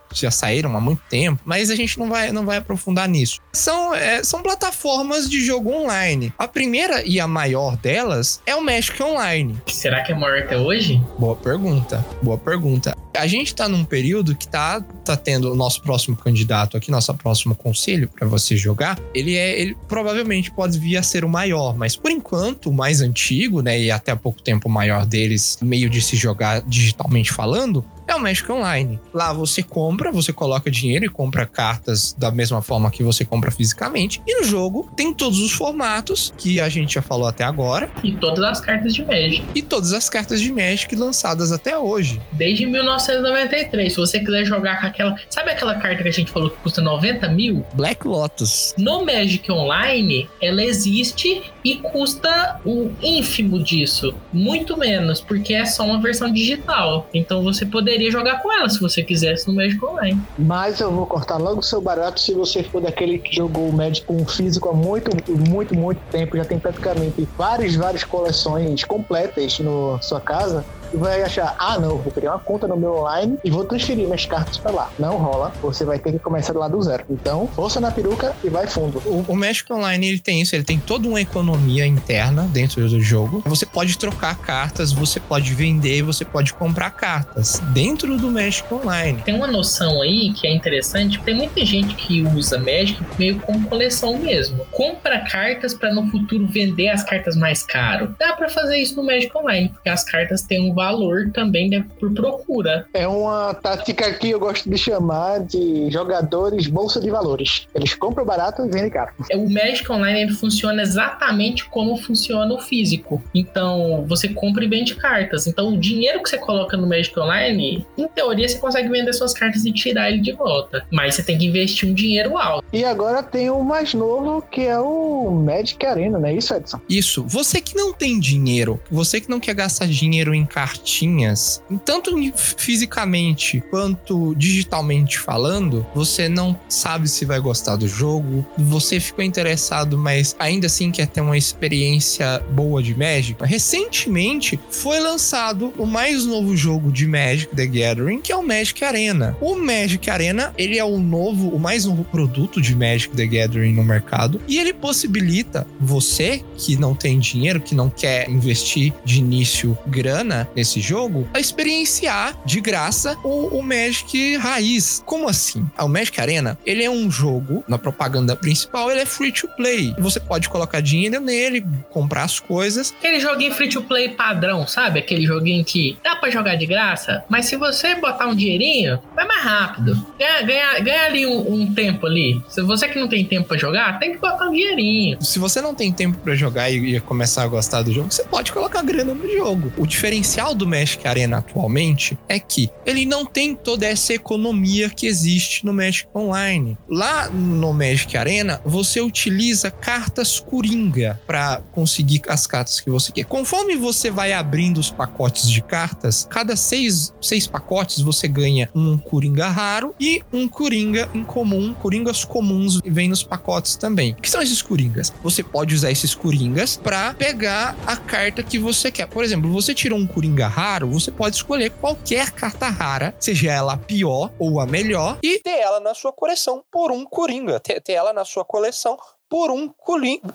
já saíram há muito tempo, mas a gente não vai, não vai aprofundar nisso. São, é, são plataformas de jogo online. A primeira e a maior delas é o Magic Online. Será que é maior até hoje? Boa pergunta, boa pergunta. A gente tá num período que tá, tá tendo o nosso próximo candidato aqui, nosso próximo conselho pra você jogar. Ele é, ele provavelmente pode vir a ser o maior, mas por enquanto o mais antigo, né, e até há pouco tempo o maior deles, meio de se jogar digitalmente falando, é o Magic Online. Lá você compra, você coloca dinheiro e compra cartas da mesma forma que você compra fisicamente. E no jogo tem todos os formatos que a gente já falou até agora. E todas as cartas de Magic. E todas as cartas de Magic lançadas até hoje. Desde mil novecentos e noventa e três. Se você quiser jogar com aquela... Sabe aquela carta que a gente falou que custa noventa mil? Black Lotus. No Magic Online, ela existe e custa o ínfimo disso. Muito menos, porque é só uma versão digital. Então você poderia jogar com ela se você quisesse no Magic Online. Mas eu vou cortar logo o seu barato se você for daquele que jogou o Magic com físico há muito, muito, muito tempo. Já tem praticamente várias, várias coleções completas na sua casa. E vai achar, ah não, vou criar uma conta no meu online e vou transferir minhas cartas pra lá. Não rola, você vai ter que começar lá do zero. Então, força na peruca e vai fundo. O, o Magic Online, ele tem isso, ele tem toda uma economia interna dentro do jogo. Você pode trocar cartas, você pode vender, você pode comprar cartas dentro do Magic Online. Tem uma noção aí que é interessante, tem muita gente que usa Magic meio como coleção mesmo. Compra cartas pra no futuro vender as cartas mais caro. Dá pra fazer isso no Magic Online, porque as cartas têm um valor também, né, por procura. É uma tática que eu gosto de chamar de jogadores bolsa de valores. Eles compram barato e vendem caro. O Magic Online ele funciona exatamente como funciona o físico. Então, você compra e vende cartas. Então, o dinheiro que você coloca no Magic Online, em teoria, você consegue vender suas cartas e tirar ele de volta. Mas você tem que investir um dinheiro alto. E agora tem o mais novo, que é o Magic Arena, não é isso, Edson? Isso. Você que não tem dinheiro, você que não quer gastar dinheiro em cartas, cartinhas, tanto fisicamente quanto digitalmente falando, você não sabe se vai gostar do jogo, você ficou interessado, mas ainda assim quer ter uma experiência boa de Magic. Recentemente foi lançado o mais novo jogo de Magic the Gathering, que é o Magic Arena. O Magic Arena, ele é o novo, o mais novo produto de Magic the Gathering no mercado, e ele possibilita você que não tem dinheiro, que não quer investir de início grana nesse jogo, a experienciar de graça o, o Magic raiz. Como assim? O Magic Arena, ele é um jogo, na propaganda principal, ele é free to play. Você pode colocar dinheiro nele, comprar as coisas. Aquele joguinho free to play padrão, sabe? Aquele joguinho que dá pra jogar de graça, mas se você botar um dinheirinho, vai mais rápido. Ganha, ganha, ganha ali um, um tempo ali. Se você que não tem tempo pra jogar, tem que botar um dinheirinho. Se você não tem tempo pra jogar e, e começar a gostar do jogo, você pode colocar grana no jogo. O diferencial do Magic Arena atualmente é que ele não tem toda essa economia que existe no Magic Online. Lá no Magic Arena, você utiliza cartas coringa para conseguir as cartas que você quer. Conforme você vai abrindo os pacotes de cartas, cada seis, seis pacotes você ganha um coringa raro e um coringa incomum. Coringas comuns vêm nos pacotes também. O que são esses coringas? Você pode usar esses coringas para pegar a carta que você quer. Por exemplo, você tirou um coringa raro, você pode escolher qualquer carta rara, seja ela a pior ou a melhor, e ter ela na sua coleção por um coringa. Ter, ter ela na sua coleção por um coringa.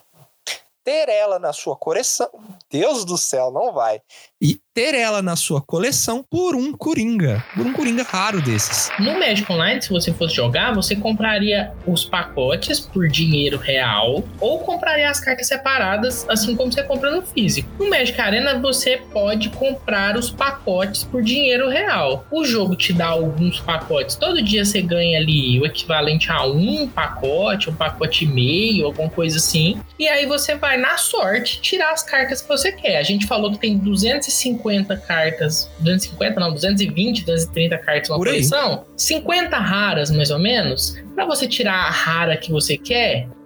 Ter ela na sua coleção... Deus do céu, não vai. E ter ela na sua coleção por um coringa. Por um coringa raro desses. No Magic Online, se você fosse jogar, você compraria os pacotes por dinheiro real ou compraria as cartas separadas, assim como você compra no físico. No Magic Arena, você pode comprar os pacotes por dinheiro real. O jogo te dá alguns pacotes. Todo dia você ganha ali o equivalente a um pacote, um pacote e meio, alguma coisa assim. E aí você vai, na sorte, tirar as cartas que você quer. A gente falou que tem duzentas e cinquenta cartas, duzentas e cinquenta não, duzentas e vinte, duzentas e trinta cartas na coleção, cinquenta raras mais ou menos. Para você tirar a rara que você quer,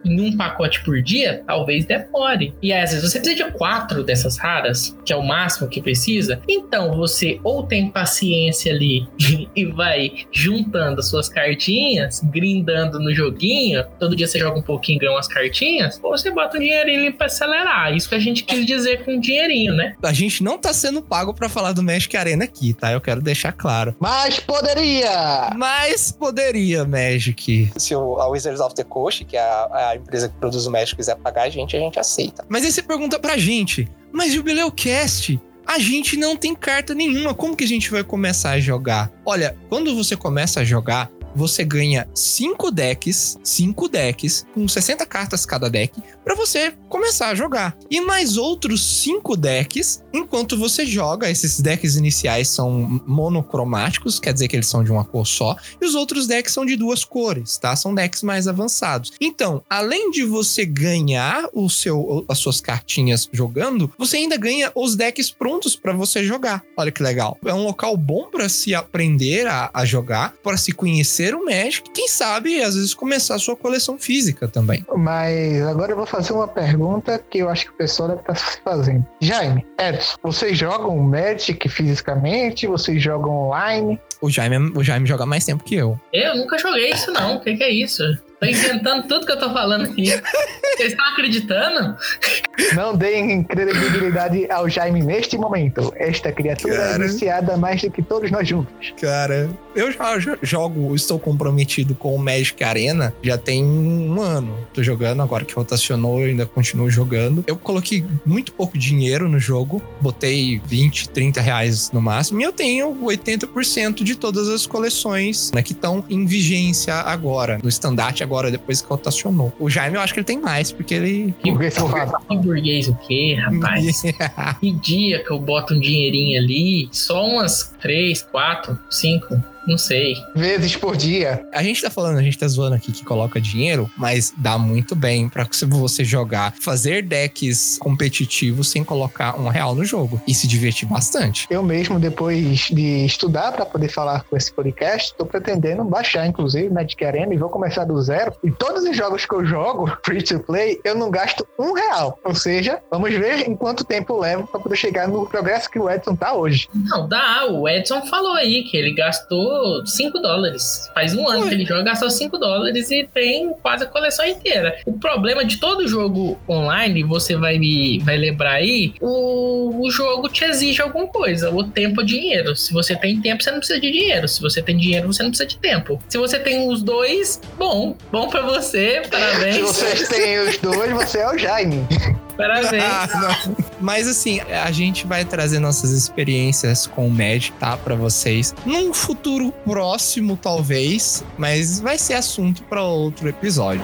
em um pacote por dia, talvez demore. E às vezes você precisa de quatro dessas raras, que é o máximo que precisa. Então você ou tem paciência ali e vai juntando as suas cartinhas, grindando no joguinho, todo dia você joga um pouquinho e ganha umas cartinhas, ou você bota um dinheirinho ali pra acelerar. Isso que a gente quis dizer com dinheirinho, né? A gente não tá sendo pago pra falar do Magic Arena aqui, tá? Eu quero deixar claro. Mas poderia! Mas poderia, Magic. Se o, a Wizards of the Coast, que é a, a empresa que produz o Magic, quiser pagar a gente, a gente aceita. Mas aí você pergunta pra gente, mas Jubileu Cast, a gente não tem carta nenhuma, como que a gente vai começar a jogar? Olha, quando você começa a jogar, você ganha cinco decks, cinco decks, com sessenta cartas cada deck, para você começar a jogar. E mais outros cinco decks, enquanto você joga. Esses decks iniciais são monocromáticos, quer dizer que eles são de uma cor só, e os outros decks são de duas cores, tá? São decks mais avançados. Então, além de você ganhar o seu, as suas cartinhas jogando, você ainda ganha os decks prontos para você jogar. Olha que legal. É um local bom para se aprender a, a jogar, para se conhecer o Magic, quem sabe às vezes começar a sua coleção física também. Mas agora eu vou fazer uma pergunta que eu acho que o pessoal deve estar se fazendo. Jaime, Edson, vocês jogam Magic fisicamente? Vocês jogam online? O Jaime, o Jaime joga mais tempo que eu. Eu nunca joguei isso não, o que, que é isso? Tô inventando tudo que eu tô falando aqui. Vocês estão acreditando? Não deem credibilidade ao Jaime neste momento. Esta criatura Cara. é viciada mais do que todos nós juntos. Cara, eu já já jogo, estou comprometido com o Magic Arena já tem um ano. Tô jogando, agora que rotacionou, eu ainda continuo jogando. Eu coloquei muito pouco dinheiro no jogo, botei vinte, trinta reais no máximo, e eu tenho oitenta por cento de todas as coleções, né, que estão em vigência agora, no estandarte agora, depois que rotacionou. O Jaime, eu acho que ele tem mais, porque ele... Que, Porque se fala. que burguês o quê, rapaz? Que dia que eu boto um dinheirinho ali, só umas três, quatro, cinco... Não sei. Vezes por dia. A gente tá falando, a gente tá zoando aqui que coloca dinheiro, mas dá muito bem pra você jogar, fazer decks competitivos sem colocar um real no jogo e se divertir bastante. Eu mesmo, depois de estudar para poder falar com esse podcast, tô pretendendo baixar, inclusive, Magic Arena, e vou começar do zero. E todos os jogos que eu jogo, free to play, eu não gasto um real. Ou seja, vamos ver em quanto tempo eu levo pra poder chegar no progresso que o Edson tá hoje. Não, dá. O Edson falou aí que ele gastou cinco dólares. Faz um ano Ui. que ele joga, gastou cinco dólares e tem quase a coleção inteira. O problema de todo jogo online, você vai, vai lembrar aí, o, o jogo te exige alguma coisa. O tempo é dinheiro. Se você tem tempo, você não precisa de dinheiro. Se você tem dinheiro, você não precisa de tempo. Se você tem os dois, bom. Bom pra você, parabéns. Se vocês têm os dois, você é o Jaime. Parabéns. Ah, mas assim, a gente vai trazer nossas experiências com o Magic, tá? Pra vocês. Num futuro próximo, talvez. Mas vai ser assunto pra outro episódio.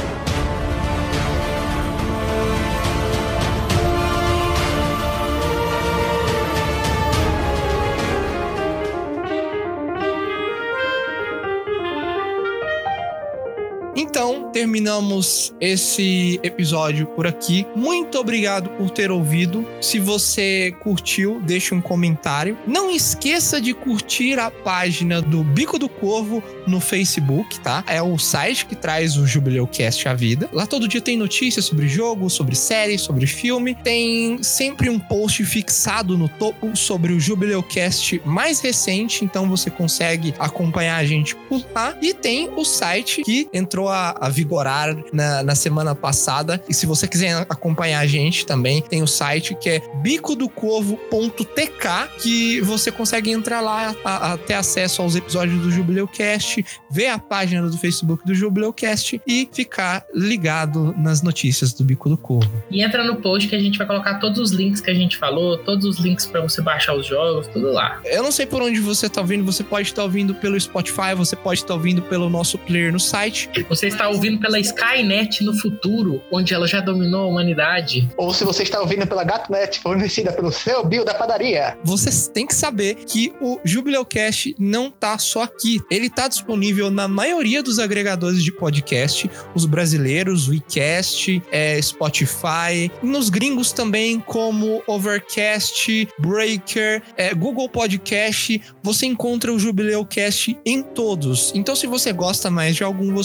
Então, terminamos esse episódio por aqui. Muito obrigado por ter ouvido. Se você curtiu, deixe um comentário. Não esqueça de curtir a página do Bico do Corvo no Facebook, tá? É o site que traz o Jubileu Cast à vida. Lá todo dia tem notícias sobre jogo, sobre série, sobre filme. Tem sempre um post fixado no topo sobre o Jubileu Cast mais recente, então você consegue acompanhar a gente por lá. E tem o site que entrou a, a vigorar na, na semana passada. E se você quiser acompanhar a gente também, tem o site que é bico do corvo ponto t k, que você consegue entrar lá a, a ter acesso aos episódios do Jubileu Cast, ver a página do Facebook do Jubileu Cast e ficar ligado nas notícias do Bico do Corvo. E entra no post que a gente vai colocar todos os links que a gente falou, todos os links pra você baixar os jogos, tudo lá. Eu não sei por onde você tá ouvindo, você pode estar ouvindo pelo Spotify, você pode estar ouvindo pelo nosso player no site. Você está ouvindo pela Skynet no futuro, onde ela já dominou a humanidade. Ou se você está ouvindo pela GatoNet, fornecida pelo seu Bill da padaria. Você tem que saber que o Jubileu Cast não tá só aqui. Ele tá disponível na maioria dos agregadores de podcast, os brasileiros, o iCast, é, Spotify, nos gringos também, como Overcast, Breaker, é, Google Podcast. Você encontra o Jubileu Cast em todos. Então, se você gosta mais de algum, você pode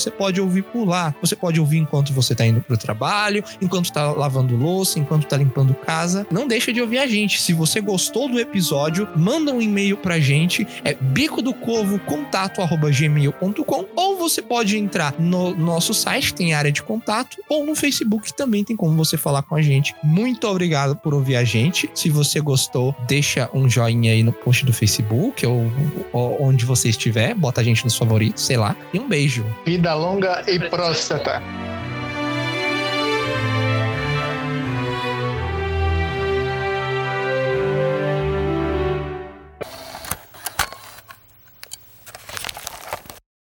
ouvir por lá. Você pode ouvir enquanto você tá indo pro trabalho, enquanto tá lavando louça, enquanto tá limpando casa. Não deixa de ouvir a gente. Se você gostou do episódio, manda um e-mail pra gente. É bico do corvo contato arroba gmail ponto com, ou você pode entrar no nosso site, tem área de contato, ou no Facebook também tem como você falar com a gente. Muito obrigado por ouvir a gente. Se você gostou, deixa um joinha aí no post do Facebook ou, ou onde você estiver, bota a gente nos favoritos, sei lá. E um beijo. Vida longa e próspera.